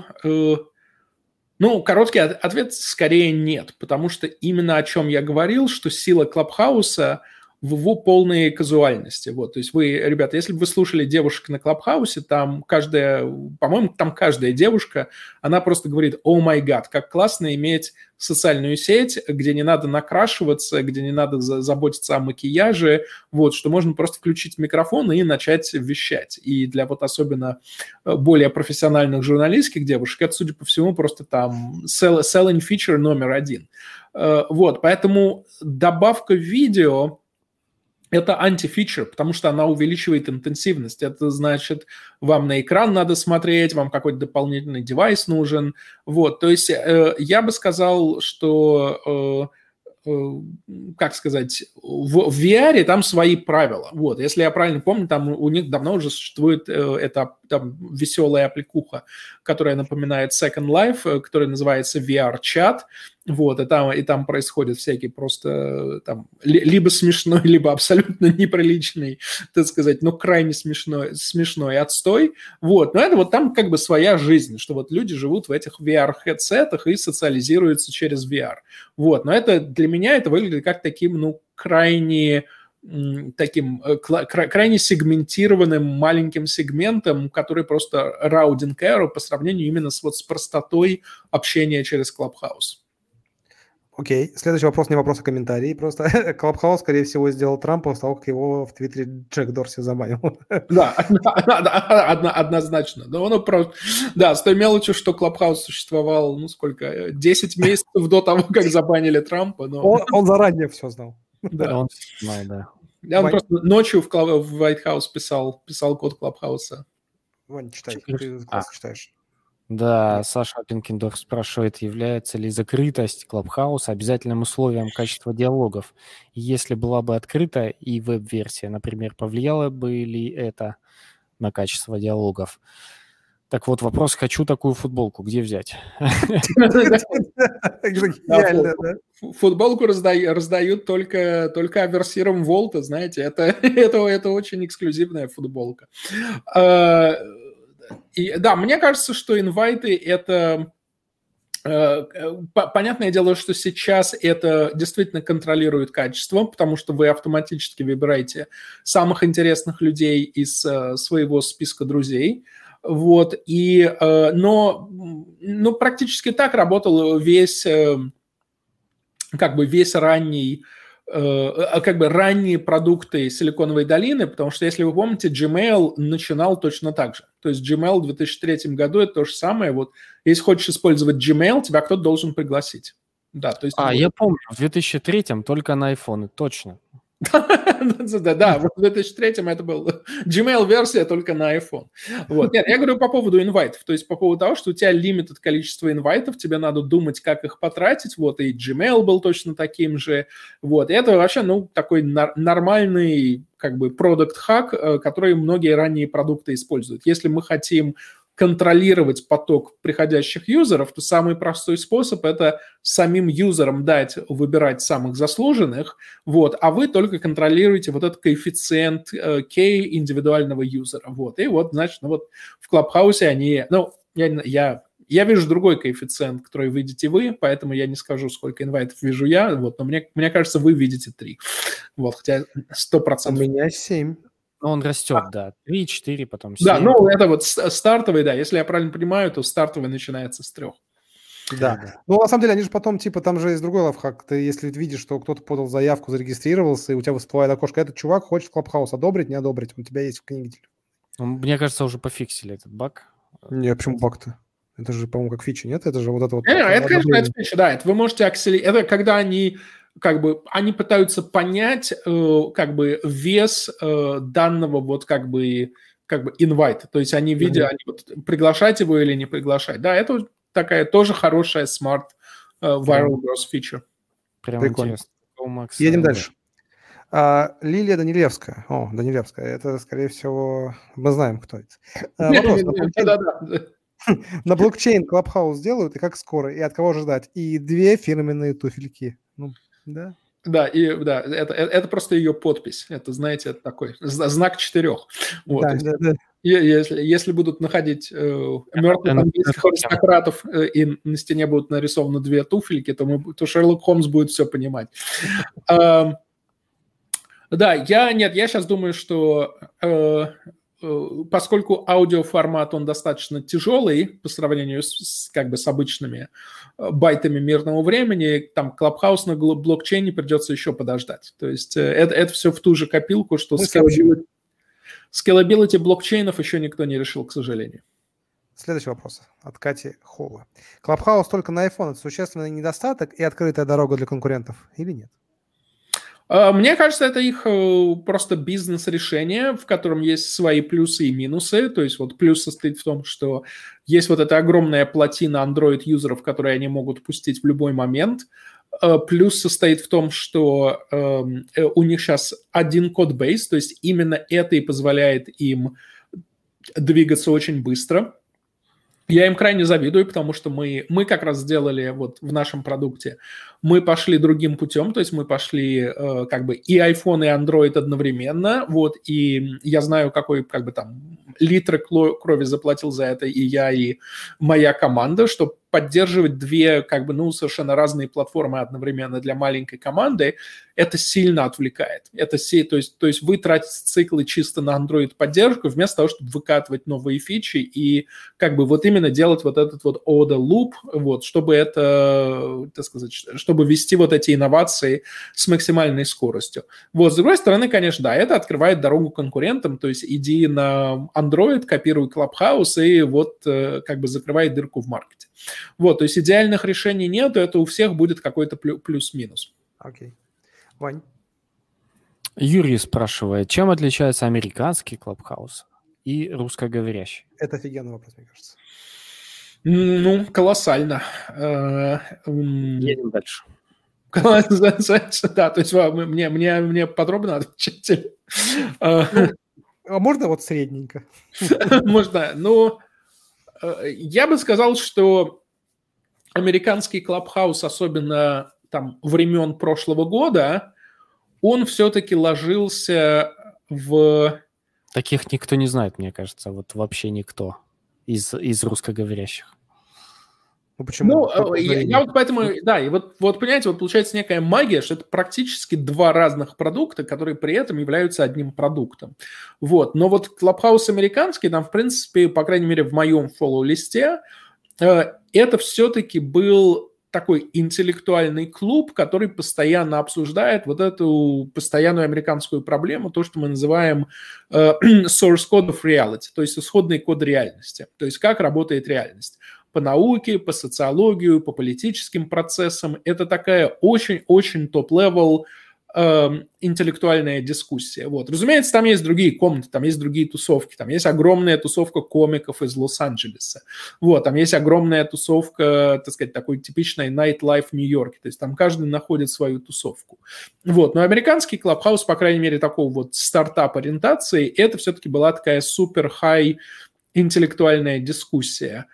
Ну, короткий ответ скорее нет, потому что именно о чем я говорил, что сила Клабхауса в его полной казуальности. Вот, то есть вы, ребята, если бы вы слушали девушек на Клабхаусе, там каждая, по-моему, там каждая девушка, она просто говорит: «О май гад, как классно иметь социальную сеть, где не надо накрашиваться, где не надо заботиться о макияже, вот, что можно просто включить микрофон и начать вещать». И для вот особенно более профессиональных журналистских девушек это, судя по всему, просто там selling feature номер один. Вот, поэтому добавка видео – это антифичер, потому что она увеличивает интенсивность. Это значит, вам на экран надо смотреть, вам какой-то дополнительный девайс нужен. Вот, то есть э, я бы сказал, что, э, э, как сказать, в, в ви ар там свои правила. Вот, если я правильно помню, там у них давно уже существует э, эта там веселая аппликуха, которая напоминает Second Life, которая называется ви ар-чат. Вот, и там, и там происходят всякие просто там либо смешной, либо абсолютно неприличный, так сказать, ну, крайне смешной, смешной отстой. Вот, но это вот там как бы своя жизнь, что вот люди живут в этих ви ар-хедсетах и социализируются через ви ар. Вот, но это для меня это выглядит как таким, ну, крайне... таким крайне сегментированным маленьким сегментом, который просто rounding error по сравнению именно с, вот, с простотой общения через Clubhouse. Окей. Okay. Следующий вопрос не вопрос, а комментарий. Просто Clubhouse, скорее всего, сделал Трамп после того, как его в Твиттере Джек Дорси забанил. Да, однозначно. Но оно просто... Да, с той мелочью, что Clubhouse существовал, ну, сколько, десять месяцев до того, как забанили Трампа. Но... Он, он заранее все знал. Да, он знал, да. Я он просто ночью в, в White House писал, писал код Clubhouse. Вань, читай, ты классно а. читаешь. Да, Саша Пинкендорф спрашивает, является ли закрытость Clubhouse обязательным условием качества диалогов? Если была бы открыта и веб-версия, например, повлияло бы ли это на качество диалогов? Так вот, вопрос, хочу такую футболку, где взять? Футболку раздают только оверсиром Волта, знаете, это очень эксклюзивная футболка. Да, мне кажется, что инвайты – это… Понятное дело, что сейчас это действительно контролирует качество, потому что вы автоматически выбираете самых интересных людей из своего списка друзей. Вот, и, но ну, практически так работал весь, как бы весь ранний, как бы ранние продукты Силиконовой долины, потому что, если вы помните, Gmail начинал точно так же. То есть Gmail в две тысячи третьем году это то же самое. Вот, если хочешь использовать Gmail, тебя кто-то должен пригласить. Да, то есть, а, вот. Я помню, в две тысячи третьем только на айфоны, точно. Да, в две тысячи третьем это был Gmail-версия только на iPhone. Вот. Нет, я говорю по поводу инвайтов, то есть по поводу того, что у тебя лимитед количество инвайтов, тебе надо думать, как их потратить, вот, и Gmail был точно таким же, вот, и это вообще, ну, такой нормальный, как бы, продукт-хак, который многие ранние продукты используют. Если мы хотим контролировать поток приходящих юзеров, то самый простой способ – это самим юзерам дать выбирать самых заслуженных, вот, а вы только контролируете вот этот коэффициент э, K индивидуального юзера. Вот, и вот, значит, ну вот в Клабхаусе они… Ну, я, я, я вижу другой коэффициент, который видите вы, поэтому я не скажу, сколько инвайтов вижу я, вот, но мне, мне кажется, вы видите три. Вот, хотя сто процентов. У меня семь. Ну, он растет, а. да. три, четыре, потом семь. Да, ну, это вот стартовый, да. Если я правильно понимаю, то стартовый начинается с трех. Да. да. Ну, на самом деле, они же потом, типа, там же есть другой лайфхак. Ты, если видишь, что кто-то подал заявку, зарегистрировался, и у тебя всплывает окошко, этот чувак хочет Клабхаус одобрить, не одобрить, у тебя есть в книге. Мне кажется, уже пофиксили этот баг. Не, почему баг-то? Это же, по-моему, как фича, нет? Это же вот это вот... Не, это, конечно, это фича, да. Это вы можете акселерировать. Это когда они... как бы они пытаются понять э, как бы вес э, данного вот как бы как бы инвайта, то есть они видят, mm-hmm. они вот, приглашать его или не приглашать. Да, это такая тоже хорошая smart э, viral growth feature. Прям прикольно. Интересно. Едем дальше. А, Лилия Данилевская. О, Данилевская. Это, скорее всего, мы знаем, кто это. А, вопрос. На блокчейн Clubhouse делают, и как скоро, и от кого ждать? И две фирменные туфельки. Ну, да. Да, и да, это, это просто ее подпись. Это, знаете, это такой знак четырех. Вот, да, есть, да, да. Если, если будут находить э, мертвых английских аристократов э, и на стене будут нарисованы две туфельки, то, мы, то Шерлок Холмс будет все понимать. э, да, я нет, я сейчас думаю, что э, поскольку аудиоформат, он достаточно тяжелый по сравнению с, как бы, с обычными байтами мирного времени, там Clubhouse на блокчейне придется еще подождать. То есть это, это все в ту же копилку, что scalability, scalability блокчейнов еще никто не решил, к сожалению. Следующий вопрос от Кати Холла. Clubhouse только на iPhone – это существенный недостаток и открытая дорога для конкурентов или нет? Мне кажется, это их просто бизнес-решение, в котором есть свои плюсы и минусы. То есть вот плюс состоит в том, что есть вот эта огромная плотина Android-юзеров, которые они могут пустить в любой момент. Плюс состоит в том, что у них сейчас один код-бейс, то есть именно это и позволяет им двигаться очень быстро. Я им крайне завидую, потому что мы, мы как раз сделали вот в нашем продукте, мы пошли другим путем, то есть мы пошли э, как бы и iPhone, и Android одновременно, вот, и я знаю, какой как бы там литры крови заплатил за это и я, и моя команда, чтобы поддерживать две как бы, ну, совершенно разные платформы одновременно для маленькой команды, это сильно отвлекает. Это, то есть, то есть вы тратите циклы чисто на Android-поддержку вместо того, чтобы выкатывать новые фичи и как бы вот именно делать вот этот вот order loop, вот, чтобы это, так сказать, чтобы вести вот эти инновации с максимальной скоростью. Вот, с другой стороны, конечно, да, это открывает дорогу конкурентам, то есть иди на Android, копируй Clubhouse и вот как бы закрывай дырку в маркете. Вот, то есть идеальных решений нет, это у всех будет какой-то плюс-минус. Окей. Okay. Вань? Юрий спрашивает, чем отличается американский Clubhouse и русскоговорящий? Это офигенный вопрос, мне кажется. Ну, колоссально. Едем дальше. Да, то есть мне, мне, мне подробно отвечать. А можно вот средненько? Можно, ну... я бы сказал, что американский Клабхаус, особенно там времен прошлого года, он все-таки ложился в... Таких никто не знает, мне кажется, вот вообще никто из, из русскоговорящих. Ну, почему? Ну, я, я вот поэтому, да, и вот, вот, понимаете, вот получается некая магия, что это практически два разных продукта, которые при этом являются одним продуктом. Вот, но вот Clubhouse американский, там, в принципе, по крайней мере, в моем фоллоу-листе, э, это все-таки был такой интеллектуальный клуб, который постоянно обсуждает вот эту постоянную американскую проблему, то, что мы называем э, source code of reality, то есть исходный код реальности, то есть как работает реальность. По науке, по социологию, по политическим процессам. Это такая очень-очень топ-левел э, интеллектуальная дискуссия. Вот. Разумеется, там есть другие комнаты, там есть другие тусовки. Там есть огромная тусовка комиков из Лос-Анджелеса. Вот. Там есть огромная тусовка, так сказать, такой типичной nightlife в Нью-Йорке. То есть там каждый находит свою тусовку. Вот. Но американский Клабхаус, по крайней мере, такого вот стартап-ориентации, это все-таки была такая супер-хай интеллектуальная дискуссия.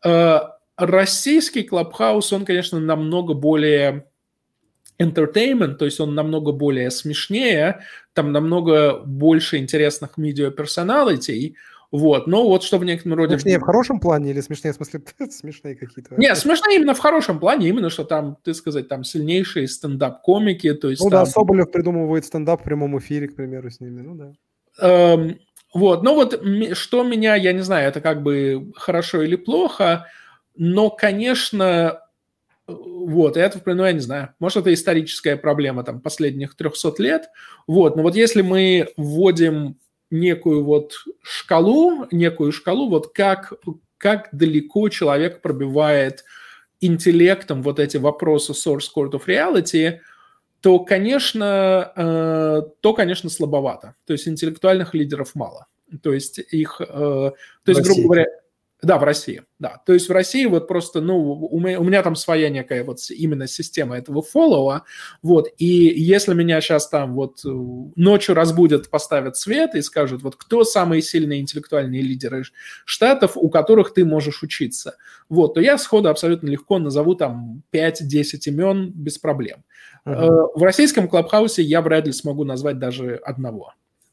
Российский Клабхаус, он, конечно, намного более entertainment, то есть он намного более смешнее, там намного больше интересных медиа-персоналитей, вот, но вот что в некотором роде... Смешнее в хорошем плане или смешнее в смысле смешные какие-то? Нет, смешнее именно в хорошем плане, именно что там, ты сказать, там сильнейшие стендап-комики, то есть... Ну там... да, Соболев придумывает стендап в прямом эфире, к примеру, с ними, ну да. Эм... Вот, ну вот что меня, я не знаю, это как бы хорошо или плохо, но, конечно, вот, это, ну, я не знаю, может, это историческая проблема там последних трехсот лет, вот, но вот если мы вводим некую вот шкалу, некую шкалу, вот как, как далеко человек пробивает интеллектом вот эти вопросы source code of reality, то, конечно, э, то, конечно, слабовато. То есть интеллектуальных лидеров мало. То есть их... Э, то есть, грубо говоря... Да, в России, да. То есть в России вот просто, ну, у меня, у меня там своя некая вот именно система этого фоллоуа, вот, и если меня сейчас там вот ночью разбудят, поставят свет и скажут, вот, кто самые сильные интеллектуальные лидеры штатов, у которых ты можешь учиться, вот, то я сходу абсолютно легко назову там пять-десять имен без проблем. Uh-huh. В российском Клабхаусе я вряд ли смогу назвать даже одного.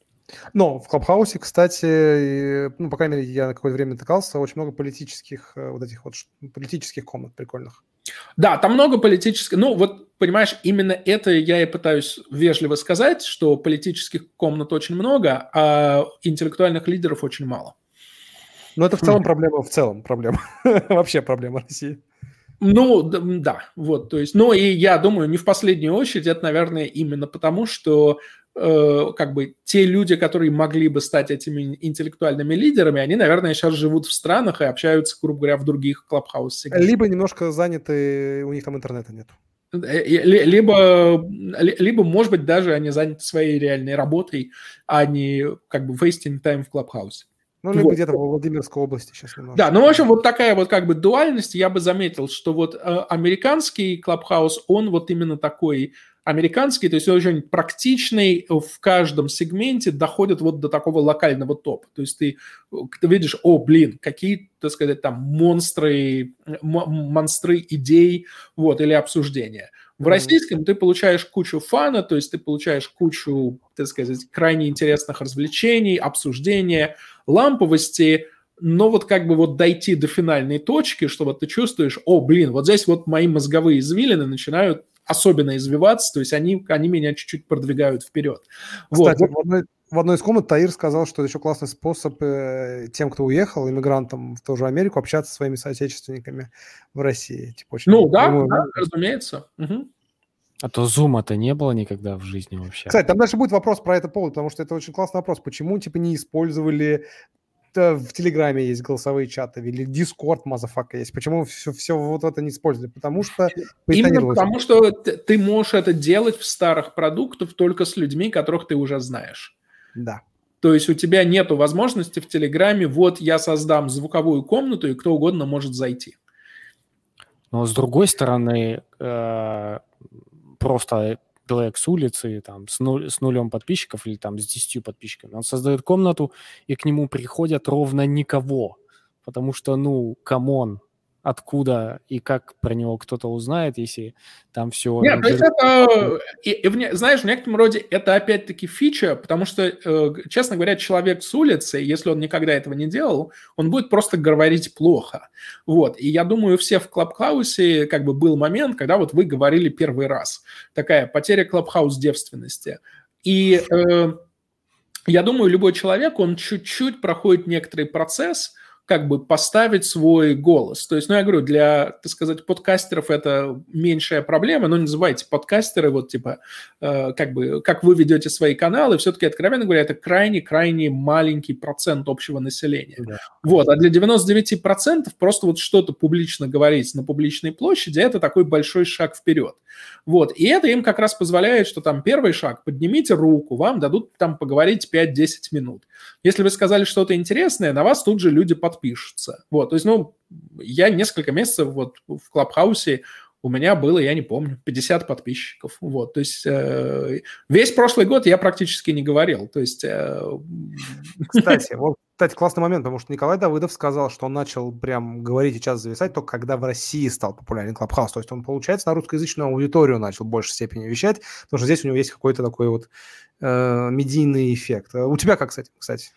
Но в Клабхаусе, кстати, ну, по крайней мере, я на какое-то время натыкался, очень много политических, вот этих вот политических комнат прикольных. Да, там много политических... Ну, вот, понимаешь, именно это я и пытаюсь вежливо сказать, что политических комнат очень много, а интеллектуальных лидеров очень мало. Ну, это в целом проблема, в целом проблема. Вообще проблема России. Ну, да, вот, то есть... Ну, и я думаю, не в последнюю очередь, это, наверное, именно потому, что как бы те люди, которые могли бы стать этими интеллектуальными лидерами, они, наверное, сейчас живут в странах и общаются, грубо говоря, в других клабхаус-сегментах. Либо немножко заняты, у них там интернета нет. Либо, либо, может быть, даже они заняты своей реальной работой, а не как бы wasting time в клабхаусе. Ну, либо вот. Где-то в Владимирской области сейчас немножко. Да, ну, в общем, вот такая вот как бы дуальность, я бы заметил, что вот э, американский клабхаус, он вот именно такой американский, то есть он очень практичный, в каждом сегменте доходит вот до такого локального топа. То есть ты, ты видишь, о, блин, какие, так сказать, там монстры, монстры идей, вот, или обсуждения. В mm-hmm. российском ты получаешь кучу фана, то есть ты получаешь кучу, так сказать, крайне интересных развлечений, обсуждения, ламповости, но вот как бы вот дойти до финальной точки, что вот ты чувствуешь, о, блин, вот здесь вот мои мозговые извилины начинают особенно извиваться, то есть они, они меня чуть-чуть продвигают вперед. Кстати, вот. в, одной, в одной из комнат Таир сказал, что это еще классный способ э, тем, кто уехал, иммигрантам в ту же Америку, общаться со своими соотечественниками в России. Типа, очень ну да, прямой, да, разумеется. Угу. А то зума-то не было никогда в жизни вообще. Кстати, там дальше будет вопрос про это повод, потому что это очень классный вопрос. Почему типа не использовали... В Телеграме есть голосовые чаты, или Дискорд, мазафака, есть. Почему все, все вот это не использовали? Потому что... Именно потому, что ты можешь это делать в старых продуктах только с людьми, которых ты уже знаешь. Да. То есть у тебя нет возможности в Телеграме, вот я создам звуковую комнату, и кто угодно может зайти. Но с другой стороны, э, просто... человек с улицы, там, с, нуль, с нулем подписчиков или там с десятью подписчиками, он создает комнату, и к нему приходят ровно никого, потому что, ну, камон, откуда и как про него кто-то узнает, если там все... Нет, то есть это, и, и, знаешь, в некотором роде это опять-таки фича, потому что, честно говоря, человек с улицы, если он никогда этого не делал, он будет просто говорить плохо. Вот, и я думаю, все в Клабхаусе, как бы был момент, когда вот вы говорили первый раз. Такая потеря Клабхаус девственности. И э, я думаю, любой человек, он чуть-чуть проходит некоторый процесс, как бы поставить свой голос. То есть, ну, я говорю, для, так сказать, подкастеров это меньшая проблема, но не забывайте, подкастеры, вот, типа, э, как бы, как вы ведете свои каналы, все-таки, откровенно говоря, это крайне-крайне маленький процент общего населения. Да. Вот, а для девяноста девяти процентов просто вот что-то публично говорить на публичной площади, это такой большой шаг вперед. Вот, и это им как раз позволяет, что там первый шаг, поднимите руку, вам дадут там поговорить пять-десять минут. Если вы сказали что-то интересное, на вас тут же люди подпишутся. Вот, то есть, ну, я несколько месяцев вот в Клабхаусе, у меня было, я не помню, пятьдесят подписчиков. Вот, то есть э, весь прошлый год я практически не говорил. То есть... Э... Кстати, вот, кстати, классный момент, потому что Николай Давыдов сказал, что он начал прям говорить и час зависать только когда в России стал популярен Клабхаус. То есть он, получается, на русскоязычную аудиторию начал в большей степени вещать, потому что здесь у него есть какой-то такой вот э, медийный эффект. У тебя как с этим, кстати?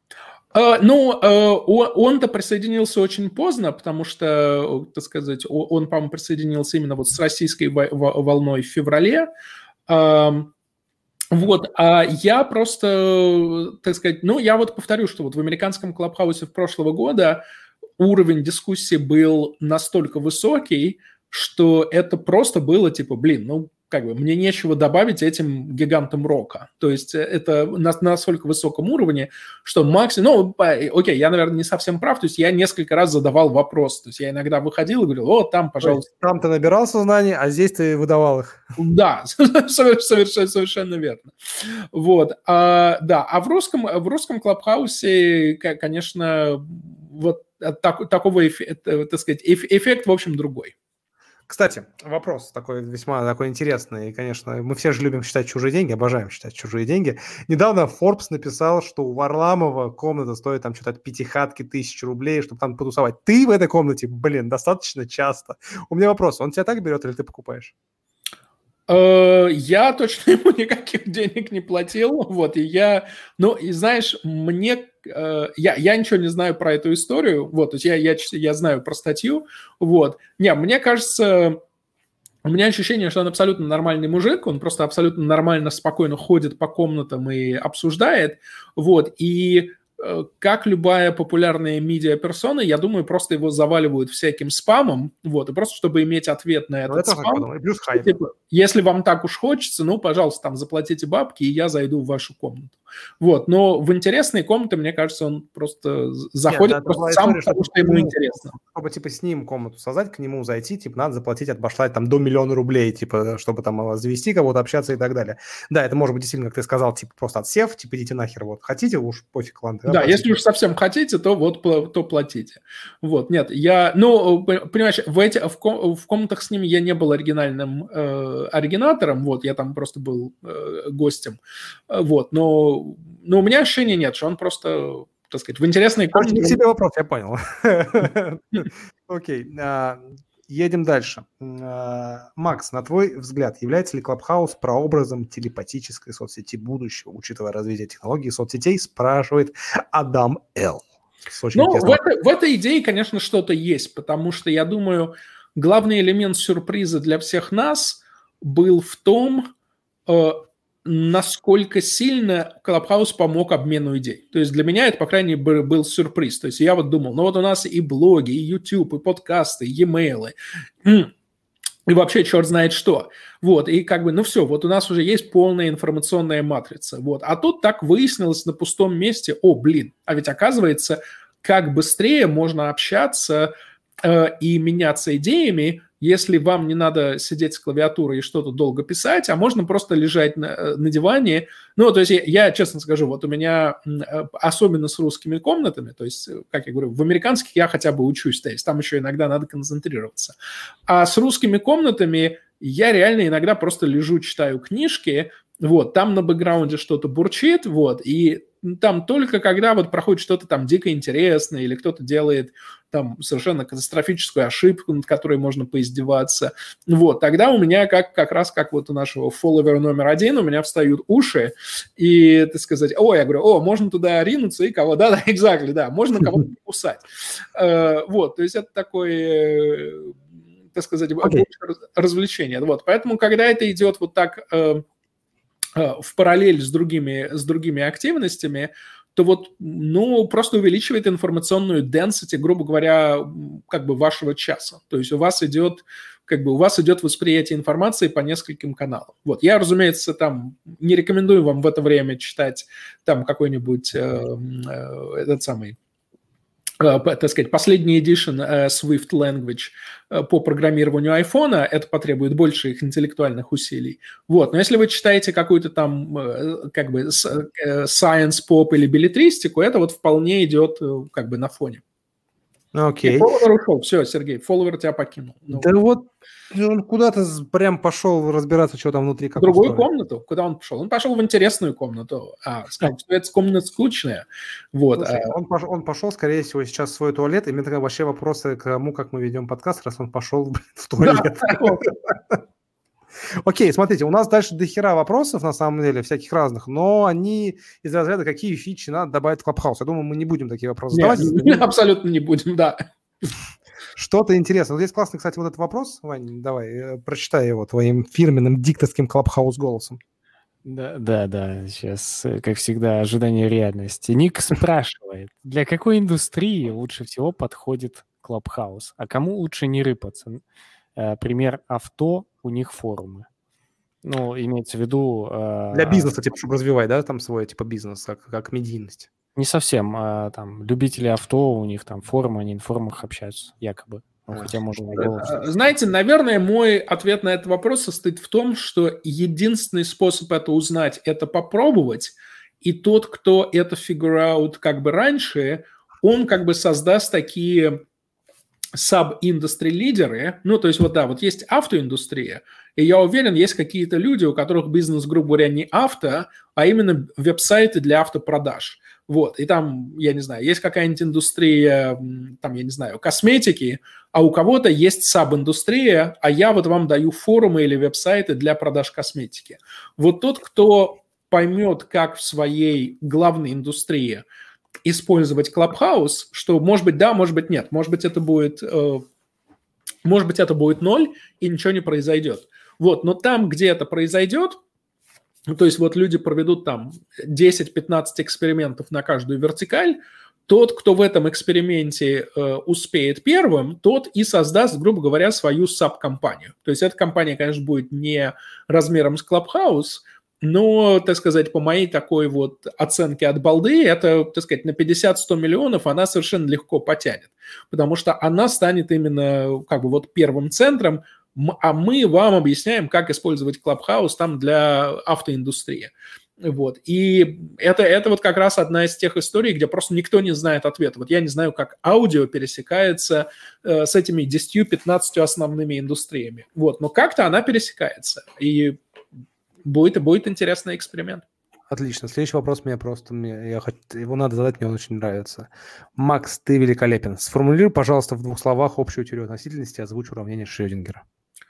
Uh, ну, uh, он-то присоединился очень поздно, потому что, так сказать, он, по-моему, присоединился именно вот с российской волной в феврале. Uh, вот, а я просто, так сказать, ну, я вот повторю, что вот в американском Клабхаусе в прошлого года уровень дискуссии был настолько высокий, что это просто было типа, блин, ну, как бы мне нечего добавить этим гигантам рока. То есть это на настолько высоком уровне, что максимум... Ну, окей, я, наверное, не совсем прав. То есть я несколько раз задавал вопрос. То есть я иногда выходил и говорил, о, там, пожалуйста. Там ты набирался знаний, а здесь ты выдавал их. Да, совершенно, совершенно верно. Вот. А, да, а в русском, в русском Клабхаусе, конечно, вот так, такого эффекта, так сказать, эффект, в общем, другой. Кстати, вопрос такой весьма такой интересный. И, конечно, мы все же любим считать чужие деньги, обожаем считать чужие деньги. Недавно Forbes написал, что у Варламова комната стоит там что-то от пятихатки тысяч рублей, чтобы там потусовать. Ты в этой комнате, блин, достаточно часто. У меня вопрос, он тебя так берет или ты покупаешь? Я точно ему никаких денег не платил, вот, и я, ну, и знаешь, мне, я, я ничего не знаю про эту историю, вот, то есть я, я, я знаю про статью, вот, не, мне кажется, у меня ощущение, что он абсолютно нормальный мужик, он просто абсолютно нормально, спокойно ходит по комнатам и обсуждает, вот, и как любая популярная медиаперсона, я думаю, просто его заваливают всяким спамом, вот, и просто чтобы иметь ответ на этот спам, и плюс хайп. Типа, если вам так уж хочется, ну, пожалуйста, там, заплатите бабки, и я зайду в вашу комнату. Вот, но в интересные комнаты, мне кажется, он просто заходит Нет, просто сам, история, потому что, что ему нему, интересно. Чтобы, типа, с ним комнату создать, к нему зайти, типа, надо заплатить, отбашлять там до миллиона рублей, типа, чтобы там завести кого-то, общаться и так далее. Да, это может быть действительно, как ты сказал, типа, просто отсев, типа, идите нахер, вот, хотите, уж пофиг, ладно. Да, платите. Если уж совсем хотите, то вот, то платите. Вот, нет, я, ну, понимаешь, в, эти, в, ком, в комнатах с ними я не был оригинальным э, оригинатором, вот, я там просто был э, гостем, вот, но, но у меня ощущения нет, что он просто, так сказать, в интересной комнате... Не к себе вопрос, я понял. Окей, едем дальше. Макс, на твой взгляд, является ли Клабхаус прообразом телепатической соцсети будущего, учитывая развитие технологий соцсетей, спрашивает Адам Л. Ну, в, это, в этой идее, конечно, что-то есть, потому что, я думаю, главный элемент сюрприза для всех нас был в том, э, насколько сильно Клабхаус помог обмену идей. То есть для меня это, по крайней мере, был сюрприз. То есть я вот думал, ну вот у нас и блоги, и YouTube, и подкасты, и e-mail, и вообще черт знает что. Вот, и как бы, ну все, вот у нас уже есть полная информационная матрица. Вот. А тут так выяснилось на пустом месте, о, блин, а ведь оказывается, как быстрее можно общаться э, и меняться идеями, если вам не надо сидеть с клавиатурой и что-то долго писать, а можно просто лежать на, на диване. Ну, то есть я, я честно скажу, вот у меня, особенно с русскими комнатами, то есть, как я говорю, в американских я хотя бы учусь, то есть там еще иногда надо концентрироваться. А с русскими комнатами я реально иногда просто лежу, читаю книжки, вот, там на бэкграунде что-то бурчит, вот, и там только когда вот проходит что-то там дико интересное или кто-то делает там совершенно катастрофическую ошибку, над которой можно поиздеваться. Вот, тогда у меня как, как раз как вот у нашего фолловера номер один, у меня встают уши, и, так сказать, о, я говорю, о, можно туда ринуться и кого, да-да, exactly, да, можно кого-то покусать. Вот, то есть это такой, так сказать, okay. развлечение. Вот, поэтому, когда это идет вот так в параллель с другими, с другими активностями, то вот, ну, просто увеличивает информационную density, грубо говоря, как бы вашего часа. То есть у вас идет, как бы у вас идет восприятие информации по нескольким каналам. Вот, я, разумеется, там не рекомендую вам в это время читать там какой-нибудь э, э, этот самый, э, так сказать, последний edition э, Swift Language э, по программированию айфона. Это потребует больше их интеллектуальных усилий. Вот, но если вы читаете какую-то там э, как бы э, science pop или беллетристику, это вот вполне идет э, как бы на фоне. Окей. Okay. Фолловер ушел. Все, Сергей, фолловер тебя покинул. Ну, да вот он куда-то прям пошел разбираться, что там внутри. Как в другую устроено. комнату? Куда он пошел? Он пошел в интересную комнату. А, сказал, что эта комната скучная. Вот. Слушай, а... он, пошел, он пошел, скорее всего, сейчас в свой туалет. И у меня тогда вообще вопросы к тому, как мы ведем подкаст, раз он пошел в туалет. Окей, смотрите, у нас дальше дохера вопросов, на самом деле, всяких разных, но они из разряда, какие фичи надо добавить в Clubhouse. Я думаю, мы не будем такие вопросы задавать. Нет, абсолютно не будем, да. Что-то интересное. Вот здесь классный, кстати, вот этот вопрос, Вань, давай, прочитай его твоим фирменным дикторским Clubhouse голосом. Да, да, да, сейчас, как всегда, ожидание реальности. Ник спрашивает, для какой индустрии лучше всего подходит Clubhouse, а кому лучше не рыпаться? Пример авто, у них форумы. Ну, имеется в виду... Для бизнеса, типа, чтобы развивать, да, там свой, типа, бизнес, как, как медийность. Не совсем. А, там, любители авто, у них там форумы, они на форумах общаются, якобы. Ну, хотя можно... Знаете, наверное, мой ответ на этот вопрос состоит в том, что единственный способ это узнать – это попробовать, и тот, кто это figure out как бы раньше, он как бы создаст такие... саб-индустри лидеры, ну, то есть вот да, вот есть автоиндустрия, и я уверен, есть какие-то люди, у которых бизнес, грубо говоря, не авто, а именно веб-сайты для автопродаж. Вот, и там, я не знаю, есть какая-нибудь индустрия, там, я не знаю, косметики, а у кого-то есть саб-индустрия, а я вот вам даю форумы или веб-сайты для продаж косметики. Вот тот, кто поймет, как в своей главной индустрии использовать Clubhouse, что может быть да, может быть нет, может быть это будет, э, может быть это будет ноль и ничего не произойдет. Вот, но там, где это произойдет, то есть вот люди проведут там десять-пятнадцать экспериментов на каждую вертикаль, тот, кто в этом эксперименте э, успеет первым, тот и создаст, грубо говоря, свою саб-компанию. То есть эта компания, конечно, будет не размером с Clubhouse, но, так сказать, по моей такой вот оценке от балды, это, так сказать, на пятьдесят-сто миллионов она совершенно легко потянет, потому что она станет именно как бы вот первым центром, а мы вам объясняем, как использовать Clubhouse там для автоиндустрии. Вот. И это, это вот как раз одна из тех историй, где просто никто не знает ответа. Вот я не знаю, как аудио пересекается э, с этими десятью-пятнадцатью основными индустриями. Вот. Но как-то она пересекается. И будет, будет интересный эксперимент. Отлично. Следующий вопрос мне просто... Мне, я, его надо задать, мне он очень нравится. Макс, ты великолепен. Сформулируй, пожалуйста, в двух словах общую теорию относительности, озвучь уравнение Шрёдингера.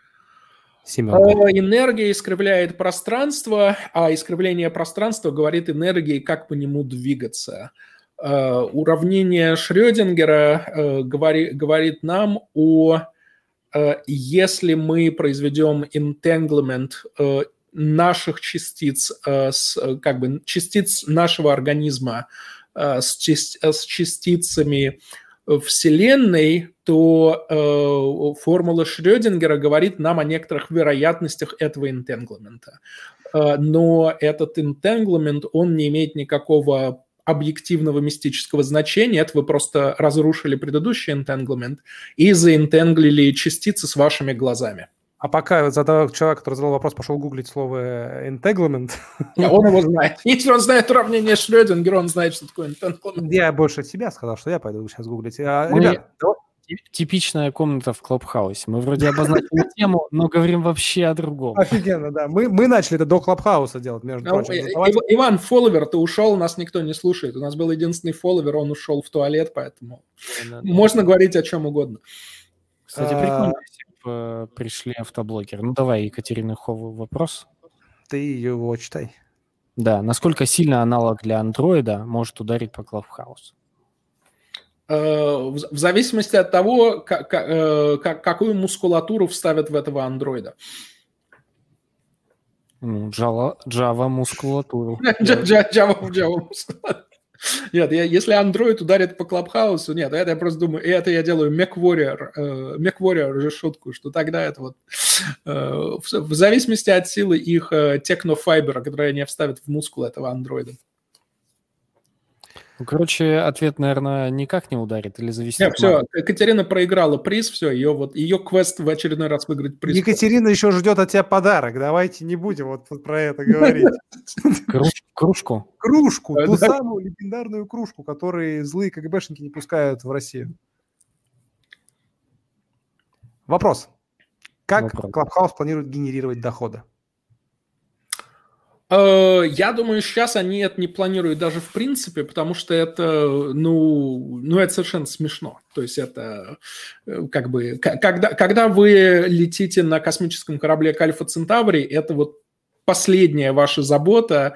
Семен. Энергия искривляет пространство, а искривление пространства говорит энергии, как по нему двигаться. Uh, уравнение Шрёдингера uh, говори, говорит нам о... Uh, если мы произведем entanglement uh, наших частиц, uh, с, uh, как бы частиц нашего организма uh, с, части, с частицами Вселенной, то э, формула Шрёдингера говорит нам о некоторых вероятностях этого энтенглмента. Э, но этот энтенглмент, он не имеет никакого объективного мистического значения. Это вы просто разрушили предыдущий энтенглмент и заэнтенглили частицы с вашими глазами. А пока задал человек, который задал вопрос, пошел гуглить слово entanglement. Он его знает. Если он знает уравнение Шрёдингера, он знает, что такое entanglement. Я больше от себя сказал, что я пойду сейчас гуглить. А, ребят, Типичная комната в Клабхаусе. Мы вроде обозначили тему, но говорим вообще о другом. Офигенно, да. Мы, мы начали это до Клабхауса делать, между ну, прочим. Ив, Иван, фолловер, ты ушел, нас никто не слушает. У нас был единственный фолловер, он ушел в туалет, поэтому да, да, можно да. говорить о чем угодно. Кстати, прикольно, если бы пришли автоблогеры. Ну, давай, Екатерина Хову вопрос. Ты его читай. Да, насколько сильно аналог для андроида может ударить по Клабхаусу? В зависимости от того, как, как, какую мускулатуру вставят в этого андроида. Ну, Java, Java мускулатуру. Java, Java мускулатуру. Нет, я, если Android ударит по Клабхаусу, нет, это я просто думаю, и это я делаю MacWarrior, э, MacWarrior же шутку, что тогда это вот э, в, в зависимости от силы их э, технофайбера, который они вставят в мускул этого андроида. Ну, короче, ответ, наверное, никак не ударит или зависит Нет, от все, марки. Екатерина проиграла приз, все, ее, вот, ее квест в очередной раз выиграть приз. Екатерина еще ждет от тебя подарок, давайте не будем вот про это говорить. Кружку? Кружку, ту самую легендарную кружку, которую злые КГБшники не пускают в Россию. Вопрос. Как Клабхаус планирует генерировать доходы? Я думаю, сейчас они это не планируют даже в принципе, потому что это, ну, ну это совершенно смешно. То есть это как бы, когда, когда вы летите на космическом корабле к Альфа Центаври, это вот последняя ваша забота,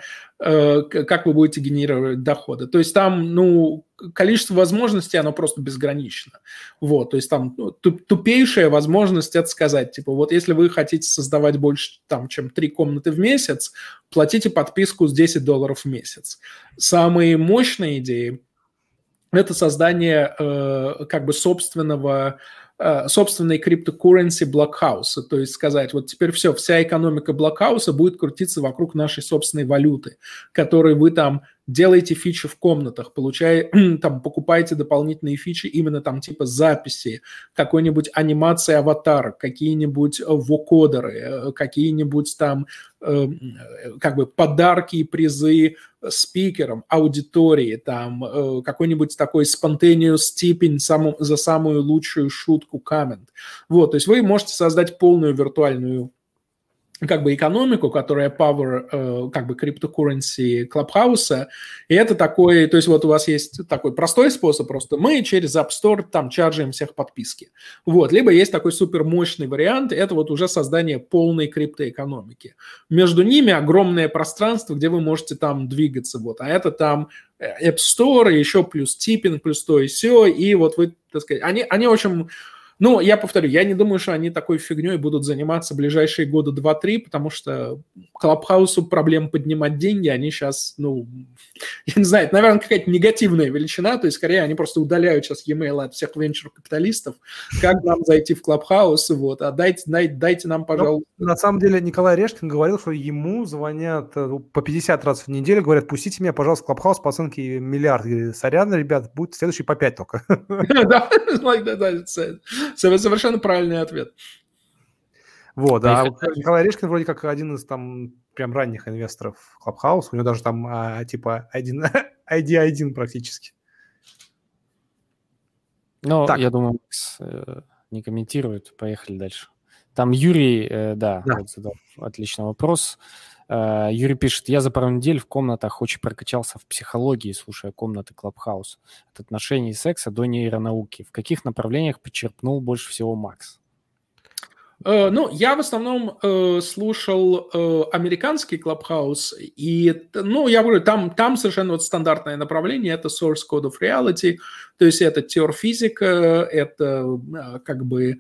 как вы будете генерировать доходы. То есть там, ну, количество возможностей, оно просто безгранично. Вот, то есть там ну, тупейшая возможность это сказать, типа, вот если вы хотите создавать больше, там, чем три комнаты в месяц, платите подписку с десять долларов в месяц. Самые мощные идеи – это создание э, как бы собственного собственной криптокурренси Блокхауса, то есть сказать, вот теперь все, вся экономика Блокхауса будет крутиться вокруг нашей собственной валюты, которой вы там делаете фичи в комнатах, получая, там, покупаете дополнительные фичи именно там типа записи, какой-нибудь анимации аватарок, какие-нибудь вокодеры, какие-нибудь там э, как бы подарки и призы спикерам, аудитории, там э, какой-нибудь такой spontaneous tipping саму, за самую лучшую шутку, коммент. Вот, то есть вы можете создать полную виртуальную как бы экономику, которая power, э, как бы криптокурренси Клабхауса, и это такой, то есть вот у вас есть такой простой способ, просто мы через App Store там чаржим всех подписки, вот, либо есть такой супер мощный вариант, это вот уже создание полной криптоэкономики. Между ними огромное пространство, где вы можете там двигаться, вот, а это там App Store, еще плюс типпинг, плюс то и сё, и вот вы, так сказать, они, они очень... Ну, я повторю, я не думаю, что они такой фигней будут заниматься ближайшие года два-три, потому что Клабхаусу проблем поднимать деньги, они сейчас, ну, я не знаю, это, наверное, какая-то негативная величина, то есть, скорее, они просто удаляют сейчас e-mail от всех венчур-капиталистов, как нам зайти в Клабхаус, вот, а дайте, дайте, дайте нам, пожалуйста. Ну, на самом деле, Николай Решкин говорил, что ему звонят по пятьдесят раз в неделю, говорят, пустите меня, пожалуйста, в Клабхаус по оценке миллиард. Говорит, сорян, ребят, будет следующий по пять только. Да, совершенно правильный ответ. Вот, а Николай Решкин вроде как один из там прям ранних инвесторов Clubhouse, у него даже там а, типа один, ай ди один практически. Ну, я думаю, Макс э, не комментирует, поехали дальше. Там Юрий, э, да, да. Вот задал отличный вопрос. Uh, Юрий пишет, я за пару недель в комнатах очень прокачался в психологии, слушая комнаты Клабхаус. От отношений и секса до нейронауки. В каких направлениях подчеркнул больше всего Макс? Uh, ну, я в основном uh, слушал uh, американский Клабхаус, и, ну, я говорю, там, там совершенно вот стандартное направление, это Source Code of Reality, то есть это теорфизика, это uh, как бы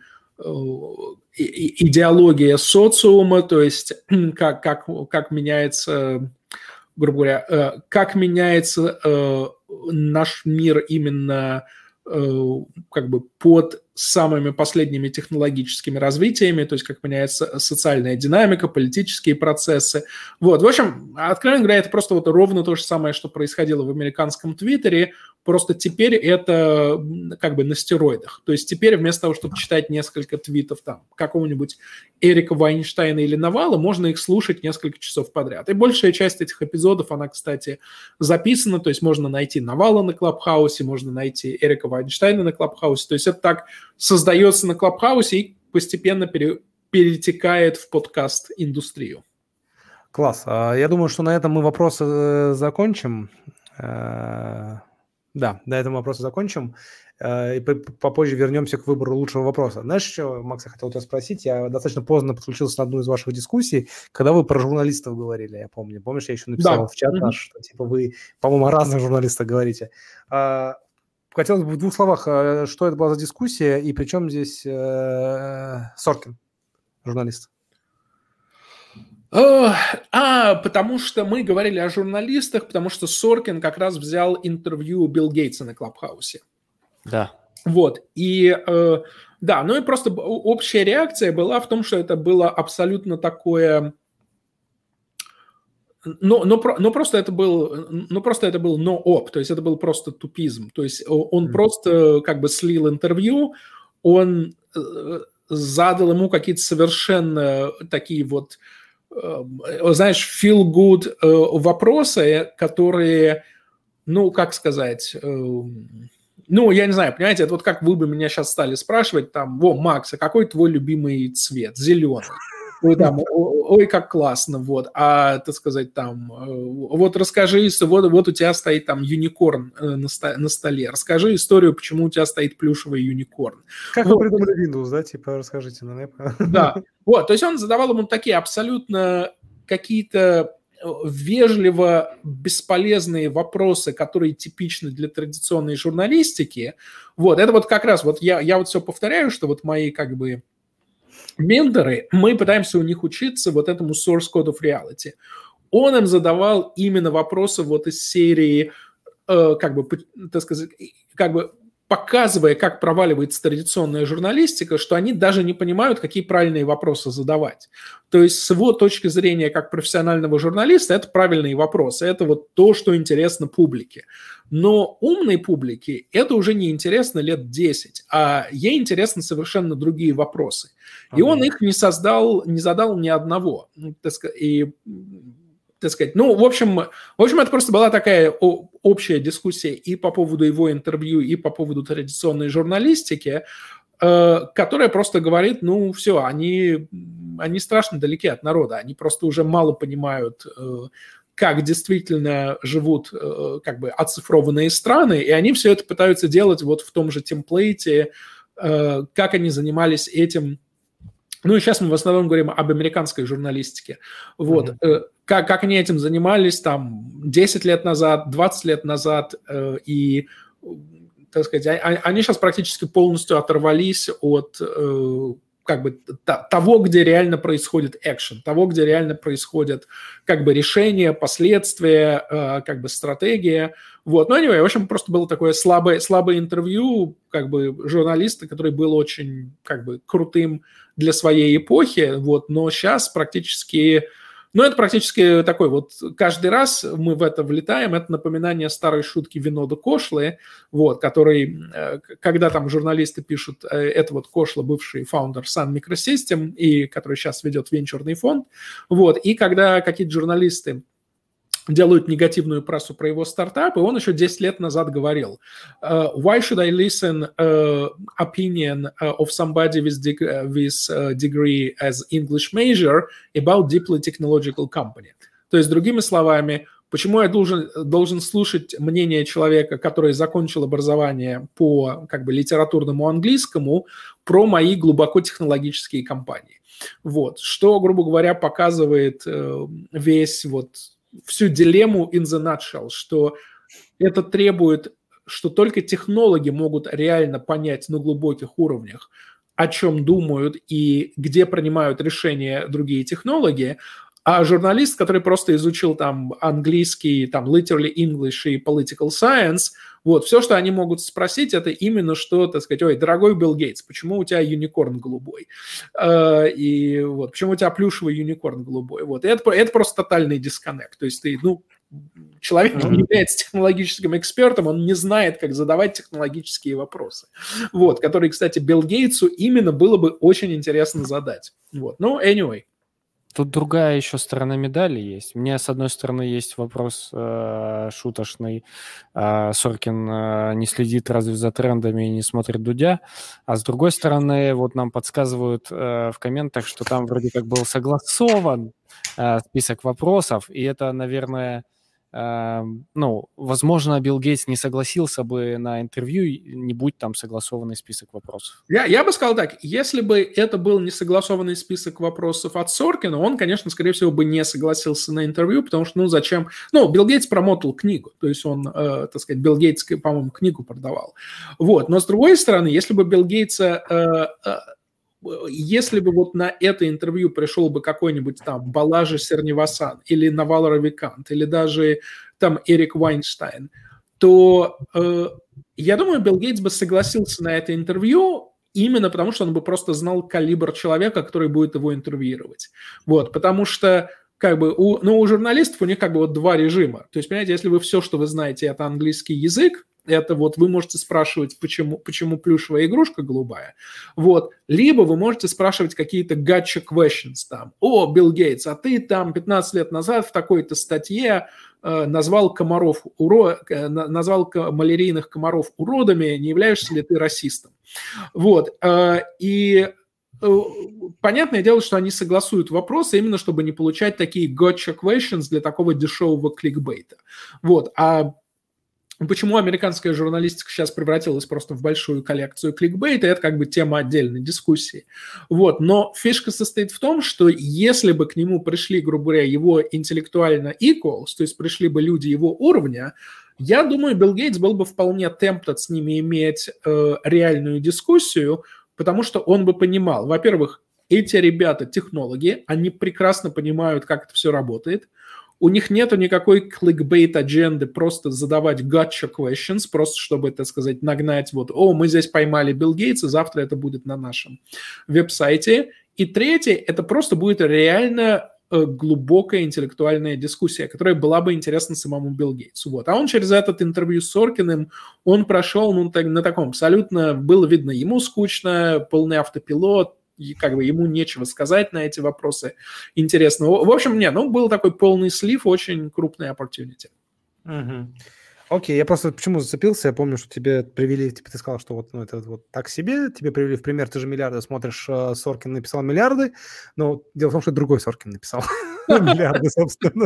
идеология социума, то есть как, как, как меняется, грубо говоря, как меняется наш мир именно как бы под самыми последними технологическими развитиями, то есть как меняется социальная динамика, политические процессы. Вот, в общем, откровенно говоря, это просто вот ровно то же самое, что происходило в американском Твиттере, просто теперь это как бы на стероидах. То есть теперь вместо того, чтобы читать несколько твитов там какого-нибудь Эрика Вайнштейна или Навала, можно их слушать несколько часов подряд. И большая часть этих эпизодов, она, кстати, записана, то есть можно найти Навала на Клабхаусе, можно найти Эрика Вайнштейна на Клабхаусе, то есть это так создается на Клабхаусе и постепенно пере, перетекает в подкаст-индустрию. Класс. Я думаю, что на этом мы вопросы закончим. Да, на этом вопросы закончим. И попозже вернемся к выбору лучшего вопроса. Знаешь, что, Макс, я хотел тебя спросить? Я достаточно поздно подключился на одну из ваших дискуссий, когда вы про журналистов говорили, я помню. Помнишь, я еще написал да. в чат наш, что типа вы, по-моему, о разных журналистах говорите. Хотелось бы в двух словах, что это была за дискуссия и при чем здесь Соркин, журналист? А, потому что мы говорили о журналистах, потому что Соркин как раз взял интервью у Билла Гейтса на Клабхаусе. Да. Вот, и э, да, ну и просто общая реакция была в том, что это было абсолютно такое... Но, но, но просто это был, ну просто это был no-op, то есть это был просто тупизм. То есть он mm-hmm. просто как бы слил интервью, он э, задал ему какие-то совершенно такие вот... знаешь, feel good э, вопросы, которые, ну, как сказать, э, ну, я не знаю, понимаете, это вот как вы бы меня сейчас стали спрашивать, там, во, Макс, а какой твой любимый цвет? Зеленый. Ой, там, ой, как классно, вот, а, так сказать, там, вот расскажи, вот, вот у тебя стоит там юникорн на, ст- на столе, расскажи историю, почему у тебя стоит плюшевый юникорн. Как вот. вы придумали Windows, да, типа, расскажите нам. Да, вот, то есть он задавал ему такие абсолютно какие-то вежливо бесполезные вопросы, которые типичны для традиционной журналистики, вот, это вот как раз, вот я, я вот все повторяю, что вот мои, как бы, менторы, мы пытаемся у них учиться вот этому source code of reality. Он им задавал именно вопросы вот из серии, э, как бы, так сказать, как бы показывая, как проваливается традиционная журналистика, что они даже не понимают, какие правильные вопросы задавать. То есть с его точки зрения как профессионального журналиста это правильные вопросы, это вот то, что интересно публике. Но умной публике это уже не интересно лет десять, а ей интересны совершенно другие вопросы. И okay. он их не создал, не задал ни одного. И, так сказать, ну, в общем, в общем, это просто была такая общая дискуссия и по поводу его интервью, и по поводу традиционной журналистики, которая просто говорит, ну, все, они, они страшно далеки от народа, они просто уже мало понимают, как действительно живут как бы оцифрованные страны, и они все это пытаются делать вот в том же темплейте, как они занимались этим. Ну и сейчас мы в основном говорим об американской журналистике. Вот. Mm-hmm. Как, как они этим занимались там десять лет назад, двадцать лет назад, и, так сказать, они сейчас практически полностью оторвались от как бы того, где реально происходит экшен, того, где реально происходят как бы решения, последствия, как бы стратегия. Вот. Ну, anyway, в общем, просто было такое слабое, слабое интервью как бы журналиста, который был очень как бы крутым для своей эпохи, вот, но сейчас практически... Ну, это практически такой вот, каждый раз мы в это влетаем, это напоминание старой шутки Винода Кошлы, вот, который, когда там журналисты пишут, это вот Кошла, бывший фаундер Sun Microsystem, и который сейчас ведет венчурный фонд, вот, и когда какие-то журналисты делают негативную прессу про его стартап, и он еще десять лет назад говорил, uh, why should I listen uh, opinion uh, of somebody with, deg- uh, with uh, degree as English major about deeply technological company? То есть, другими словами, почему я должен, должен слушать мнение человека, который закончил образование по как бы литературному английскому, про мои глубоко технологические компании? Вот, что, грубо говоря, показывает uh, весь вот всю дилемму in the nutshell, что это требует, что только технологи могут реально понять на глубоких уровнях, о чем думают и где принимают решения другие технологи, а журналист, который просто изучил там английский, там literally English и political science, вот, все, что они могут спросить, это именно что, так сказать, ой, дорогой Билл Гейтс, почему у тебя юникорн голубой? Э, и вот, почему у тебя плюшевый юникорн голубой? Вот, и это, это просто тотальный дисконнект. То есть ты, ну, человек mm-hmm. не является технологическим экспертом, он не знает, как задавать технологические вопросы. Вот, которые, кстати, Билл Гейтсу именно было бы очень интересно задать. Вот, ну, anyway. Тут другая еще сторона медали есть. Мне, с одной стороны, есть вопрос э, шуточный. Э, Соркин э, не следит разве за трендами и не смотрит Дудя. А с другой стороны, вот нам подсказывают э, в комментах, что там вроде как был согласован э, список вопросов. И это, наверное... Ну, возможно, Билл Гейтс не согласился бы на интервью, не будь там согласованный список вопросов. Я, я бы сказал так, если бы это был не согласованный список вопросов от Соркина, он, конечно, скорее всего, бы не согласился на интервью, потому что, ну, зачем... Ну, Билл Гейтс промотал книгу, то есть он, э, так сказать, Билл Гейтс, по-моему, книгу продавал. Вот, но с другой стороны, если бы Билл Гейтса... Э, э, Если бы вот на это интервью пришел бы какой-нибудь там Балажи Сернивасан или Навал Равикант или даже там Эрик Вайнштейн, то э, я думаю, Билл Гейтс бы согласился на это интервью именно потому, что он бы просто знал калибр человека, который будет его интервьюировать. Вот, потому что как бы у, ну, у журналистов у них как бы вот два режима. То есть, понимаете, если вы все, что вы знаете, это английский язык, это вот вы можете спрашивать, почему, почему плюшевая игрушка голубая, вот, либо вы можете спрашивать какие-то gotcha questions там. О, Билл Гейтс, а ты там пятнадцать лет назад в такой-то статье э, назвал комаров уро... э, назвал малярийных комаров уродами, не являешься ли ты расистом? Вот, э, и э, понятное дело, что они согласуют вопросы именно, чтобы не получать такие gotcha questions для такого дешевого кликбейта. Вот, а почему американская журналистика сейчас превратилась просто в большую коллекцию кликбейта, это как бы тема отдельной дискуссии. Вот. Но фишка состоит в том, что если бы к нему пришли, грубо говоря, его интеллектуально equals, то есть пришли бы люди его уровня, я думаю, Билл Гейтс был бы вполне tempted с ними иметь э, реальную дискуссию, потому что он бы понимал, во-первых, эти ребята технологи, они прекрасно понимают, как это все работает. У них нету никакой кликбейт-адженды просто задавать gotcha questions, просто чтобы, так сказать, нагнать вот, о, мы здесь поймали Билл Гейтса, завтра это будет на нашем веб-сайте. И третье, это просто будет реально э, глубокая интеллектуальная дискуссия, которая была бы интересна самому Билл Гейтсу. Вот. А он через этот интервью с Соркиным, он прошел ну, так, на таком абсолютно, было видно, ему скучно, полный автопилот, и как бы ему нечего сказать на эти вопросы интересного. В общем, нет, ну, был такой полный слив, очень крупный opportunity. Угу. Окей, я просто почему зацепился, я помню, что тебе привели, типа ты сказал, что вот, ну, это вот так себе, тебе привели в пример, ты же миллиарды смотришь, Соркин написал миллиарды, но дело в том, что другой Соркин написал миллиарды, собственно.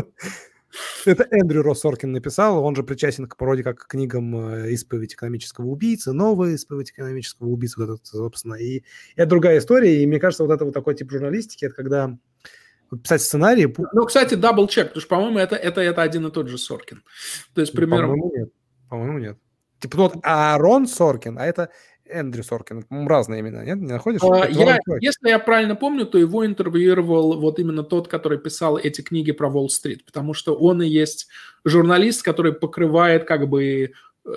Это Эндрю Росс Соркин написал, он же причастен к, вроде как к книгам «Исповедь экономического убийцы», «Новая исповедь экономического убийцы», вот это, собственно, и это другая история, и мне кажется, вот это вот такой тип журналистики, это когда писать сценарий... Ну, кстати, дабл-чек, потому что, по-моему, это, это, это один и тот же Соркин. То есть, примерно... По-моему, нет. По-моему, нет. Типа, вот Аарон Соркин, а это Эндрю Соркин. По-моему, разные имена, нет? Не находишь? А, я, если я правильно помню, то его интервьюировал вот именно тот, который писал эти книги про Уолл-стрит, потому что он и есть журналист, который покрывает как бы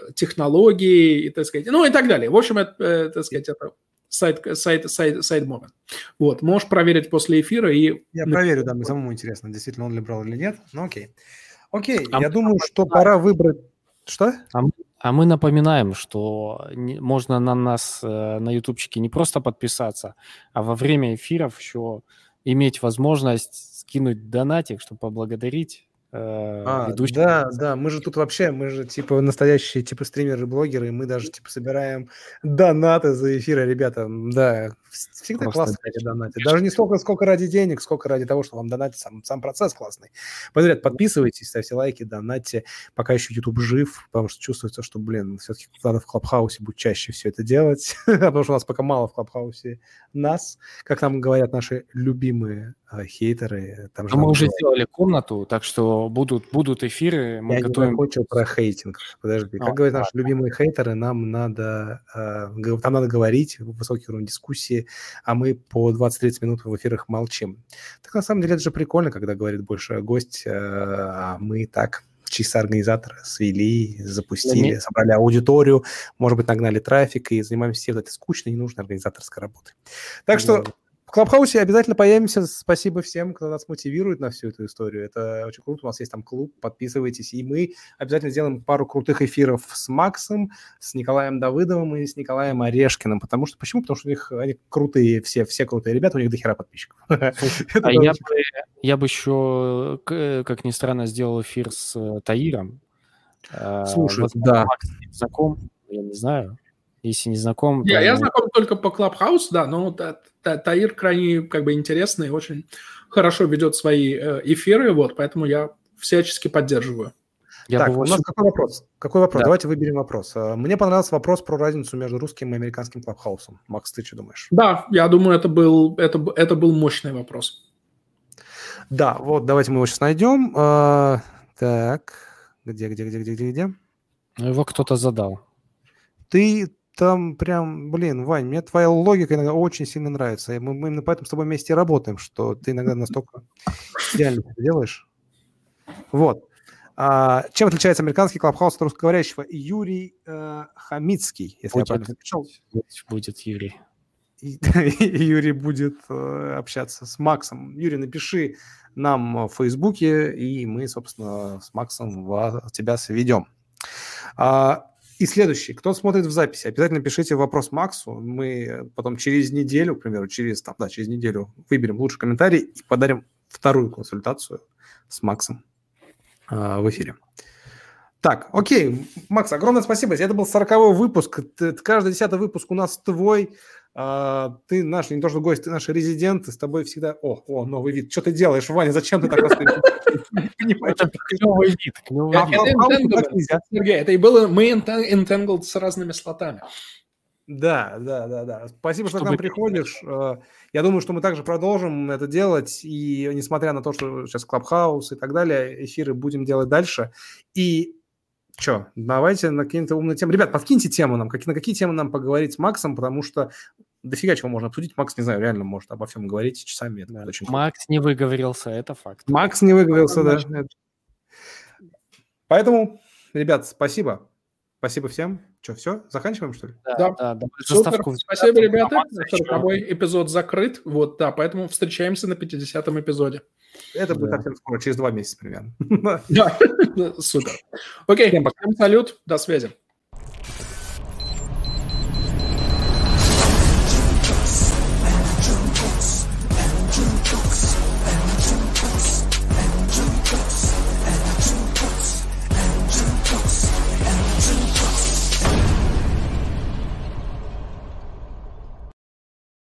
технологии и, так сказать, ну и так далее. В общем, это, так сказать, это сайт, сайт, сайт, сайт момент. Вот, можешь проверить после эфира и... Я проверю, да, мне самому интересно, действительно он ли брал или нет, ну окей. Окей, а я думаю, что пора выбрать... Что? А мы, а мы напоминаем, что не, можно на нас э, на ютубчике не просто подписаться, а во время эфиров еще иметь возможность скинуть донатик, чтобы поблагодарить э, а, ведущих. Да, да, мы же тут вообще, мы же типа настоящие типа стримеры, блогеры, и мы даже типа собираем донаты за эфиры, ребята, да, всегда просто классно эти донаты. Даже не столько, сколько ради денег, сколько ради того, что вам донатить, сам, сам процесс классный. Подряд подписывайтесь, ставьте лайки, донатьте, пока еще YouTube жив, потому что чувствуется, что, блин, все-таки надо в Клабхаусе будет чаще все это делать, потому что у нас пока мало в Клабхаусе нас, как нам говорят наши любимые э, хейтеры. Там же мы уже говорят. сделали комнату, так что будут, будут эфиры, мы Я готовим... не закончил про хейтинг, подожди. Как а, говорят наши а, любимые хейтеры, нам надо, э, там надо говорить, высокий уровень дискуссии, а мы по двадцать-тридцать минут в эфирах молчим. Так на самом деле это же прикольно, когда говорит больше гость, э, а мы так чисто организаторы свели, запустили, mm-hmm. собрали аудиторию, может быть, нагнали трафик и занимаемся всей вот этой скучной, ненужной организаторской работой. Так что, В Клабхаусе обязательно появимся. Спасибо всем, кто нас мотивирует на всю эту историю. Это очень круто. У нас есть там клуб. Подписывайтесь. И мы обязательно сделаем пару крутых эфиров с Максом, с Николаем Давыдовым и с Николаем Орешкиным. Потому что почему? Потому что у них они крутые, все, все крутые ребята, у них дохера подписчиков. А я бы, я бы еще, как ни странно, сделал эфир с Таиром. Слушай, да. Макс знаком, я не знаю. Если не знаком... Я, то... я знаком только по Clubhouse, да, но та, та, Таир крайне как бы интересный, очень хорошо ведет свои э, эфиры, вот, поэтому я всячески поддерживаю. Я так, у нас сюда... какой вопрос? Какой вопрос? Да. Давайте выберем вопрос. Мне понравился вопрос про разницу между русским и американским Clubhouse. Макс, ты что думаешь? Да, я думаю, это был, это, это был мощный вопрос. Да, вот, давайте мы его сейчас найдем. А, так, где, где, где, где, где, где? Его кто-то задал. Ты... Там прям, блин, Вань, мне твоя логика иногда очень сильно нравится. Мы, мы именно поэтому с тобой вместе работаем, что ты иногда настолько идеально это делаешь. Вот. А, чем отличается американский Клабхаус от русскоговорящего? Юрий э, Хамицкий, если будет, я правильно написал. Будет Юрий. И, Юрий будет э, общаться с Максом. Юрий, напиши нам в Фейсбуке, и мы, собственно, с Максом вас, тебя сведем. А, И следующий. Кто смотрит в записи, обязательно пишите вопрос Максу. Мы потом через неделю, к примеру, через, там, да, через неделю выберем лучший комментарий и подарим вторую консультацию с Максом э, в эфире. Так, окей. Макс, огромное спасибо. Это был сороковой выпуск. Ты, каждый десятый выпуск у нас твой. Uh, ты наш, не то что гость, ты наш резидент, с тобой всегда... О, о, новый вид. Что ты делаешь, Ваня? Зачем ты так рассказываешь? Это новый вид. Сергей, это и было мы entangled с разными слотами. Да, да, да, да. Спасибо, что к нам приходишь. Я думаю, что мы также продолжим это делать. И несмотря на то, что сейчас Clubhouse и так далее, эфиры будем делать дальше. И что, давайте на какие-то умные темы. Ребят, подкиньте тему нам, какие, на какие темы нам поговорить с Максом, потому что дофига чего можно обсудить. Макс, не знаю, реально может обо всем говорить часами. Это очень Макс круто. Не выговорился, это факт. Макс не выговорился, да. Поэтому, ребят, спасибо. Спасибо всем. Что, все? Заканчиваем, что ли? Да, да. да, да. Супер. Спасибо, ребята. сороковой эпизод закрыт. Вот, да, поэтому встречаемся на пятидесятом эпизоде. Это будет да. совсем скоро, через два месяца примерно. Да, супер. Окей, всем салют, до связи.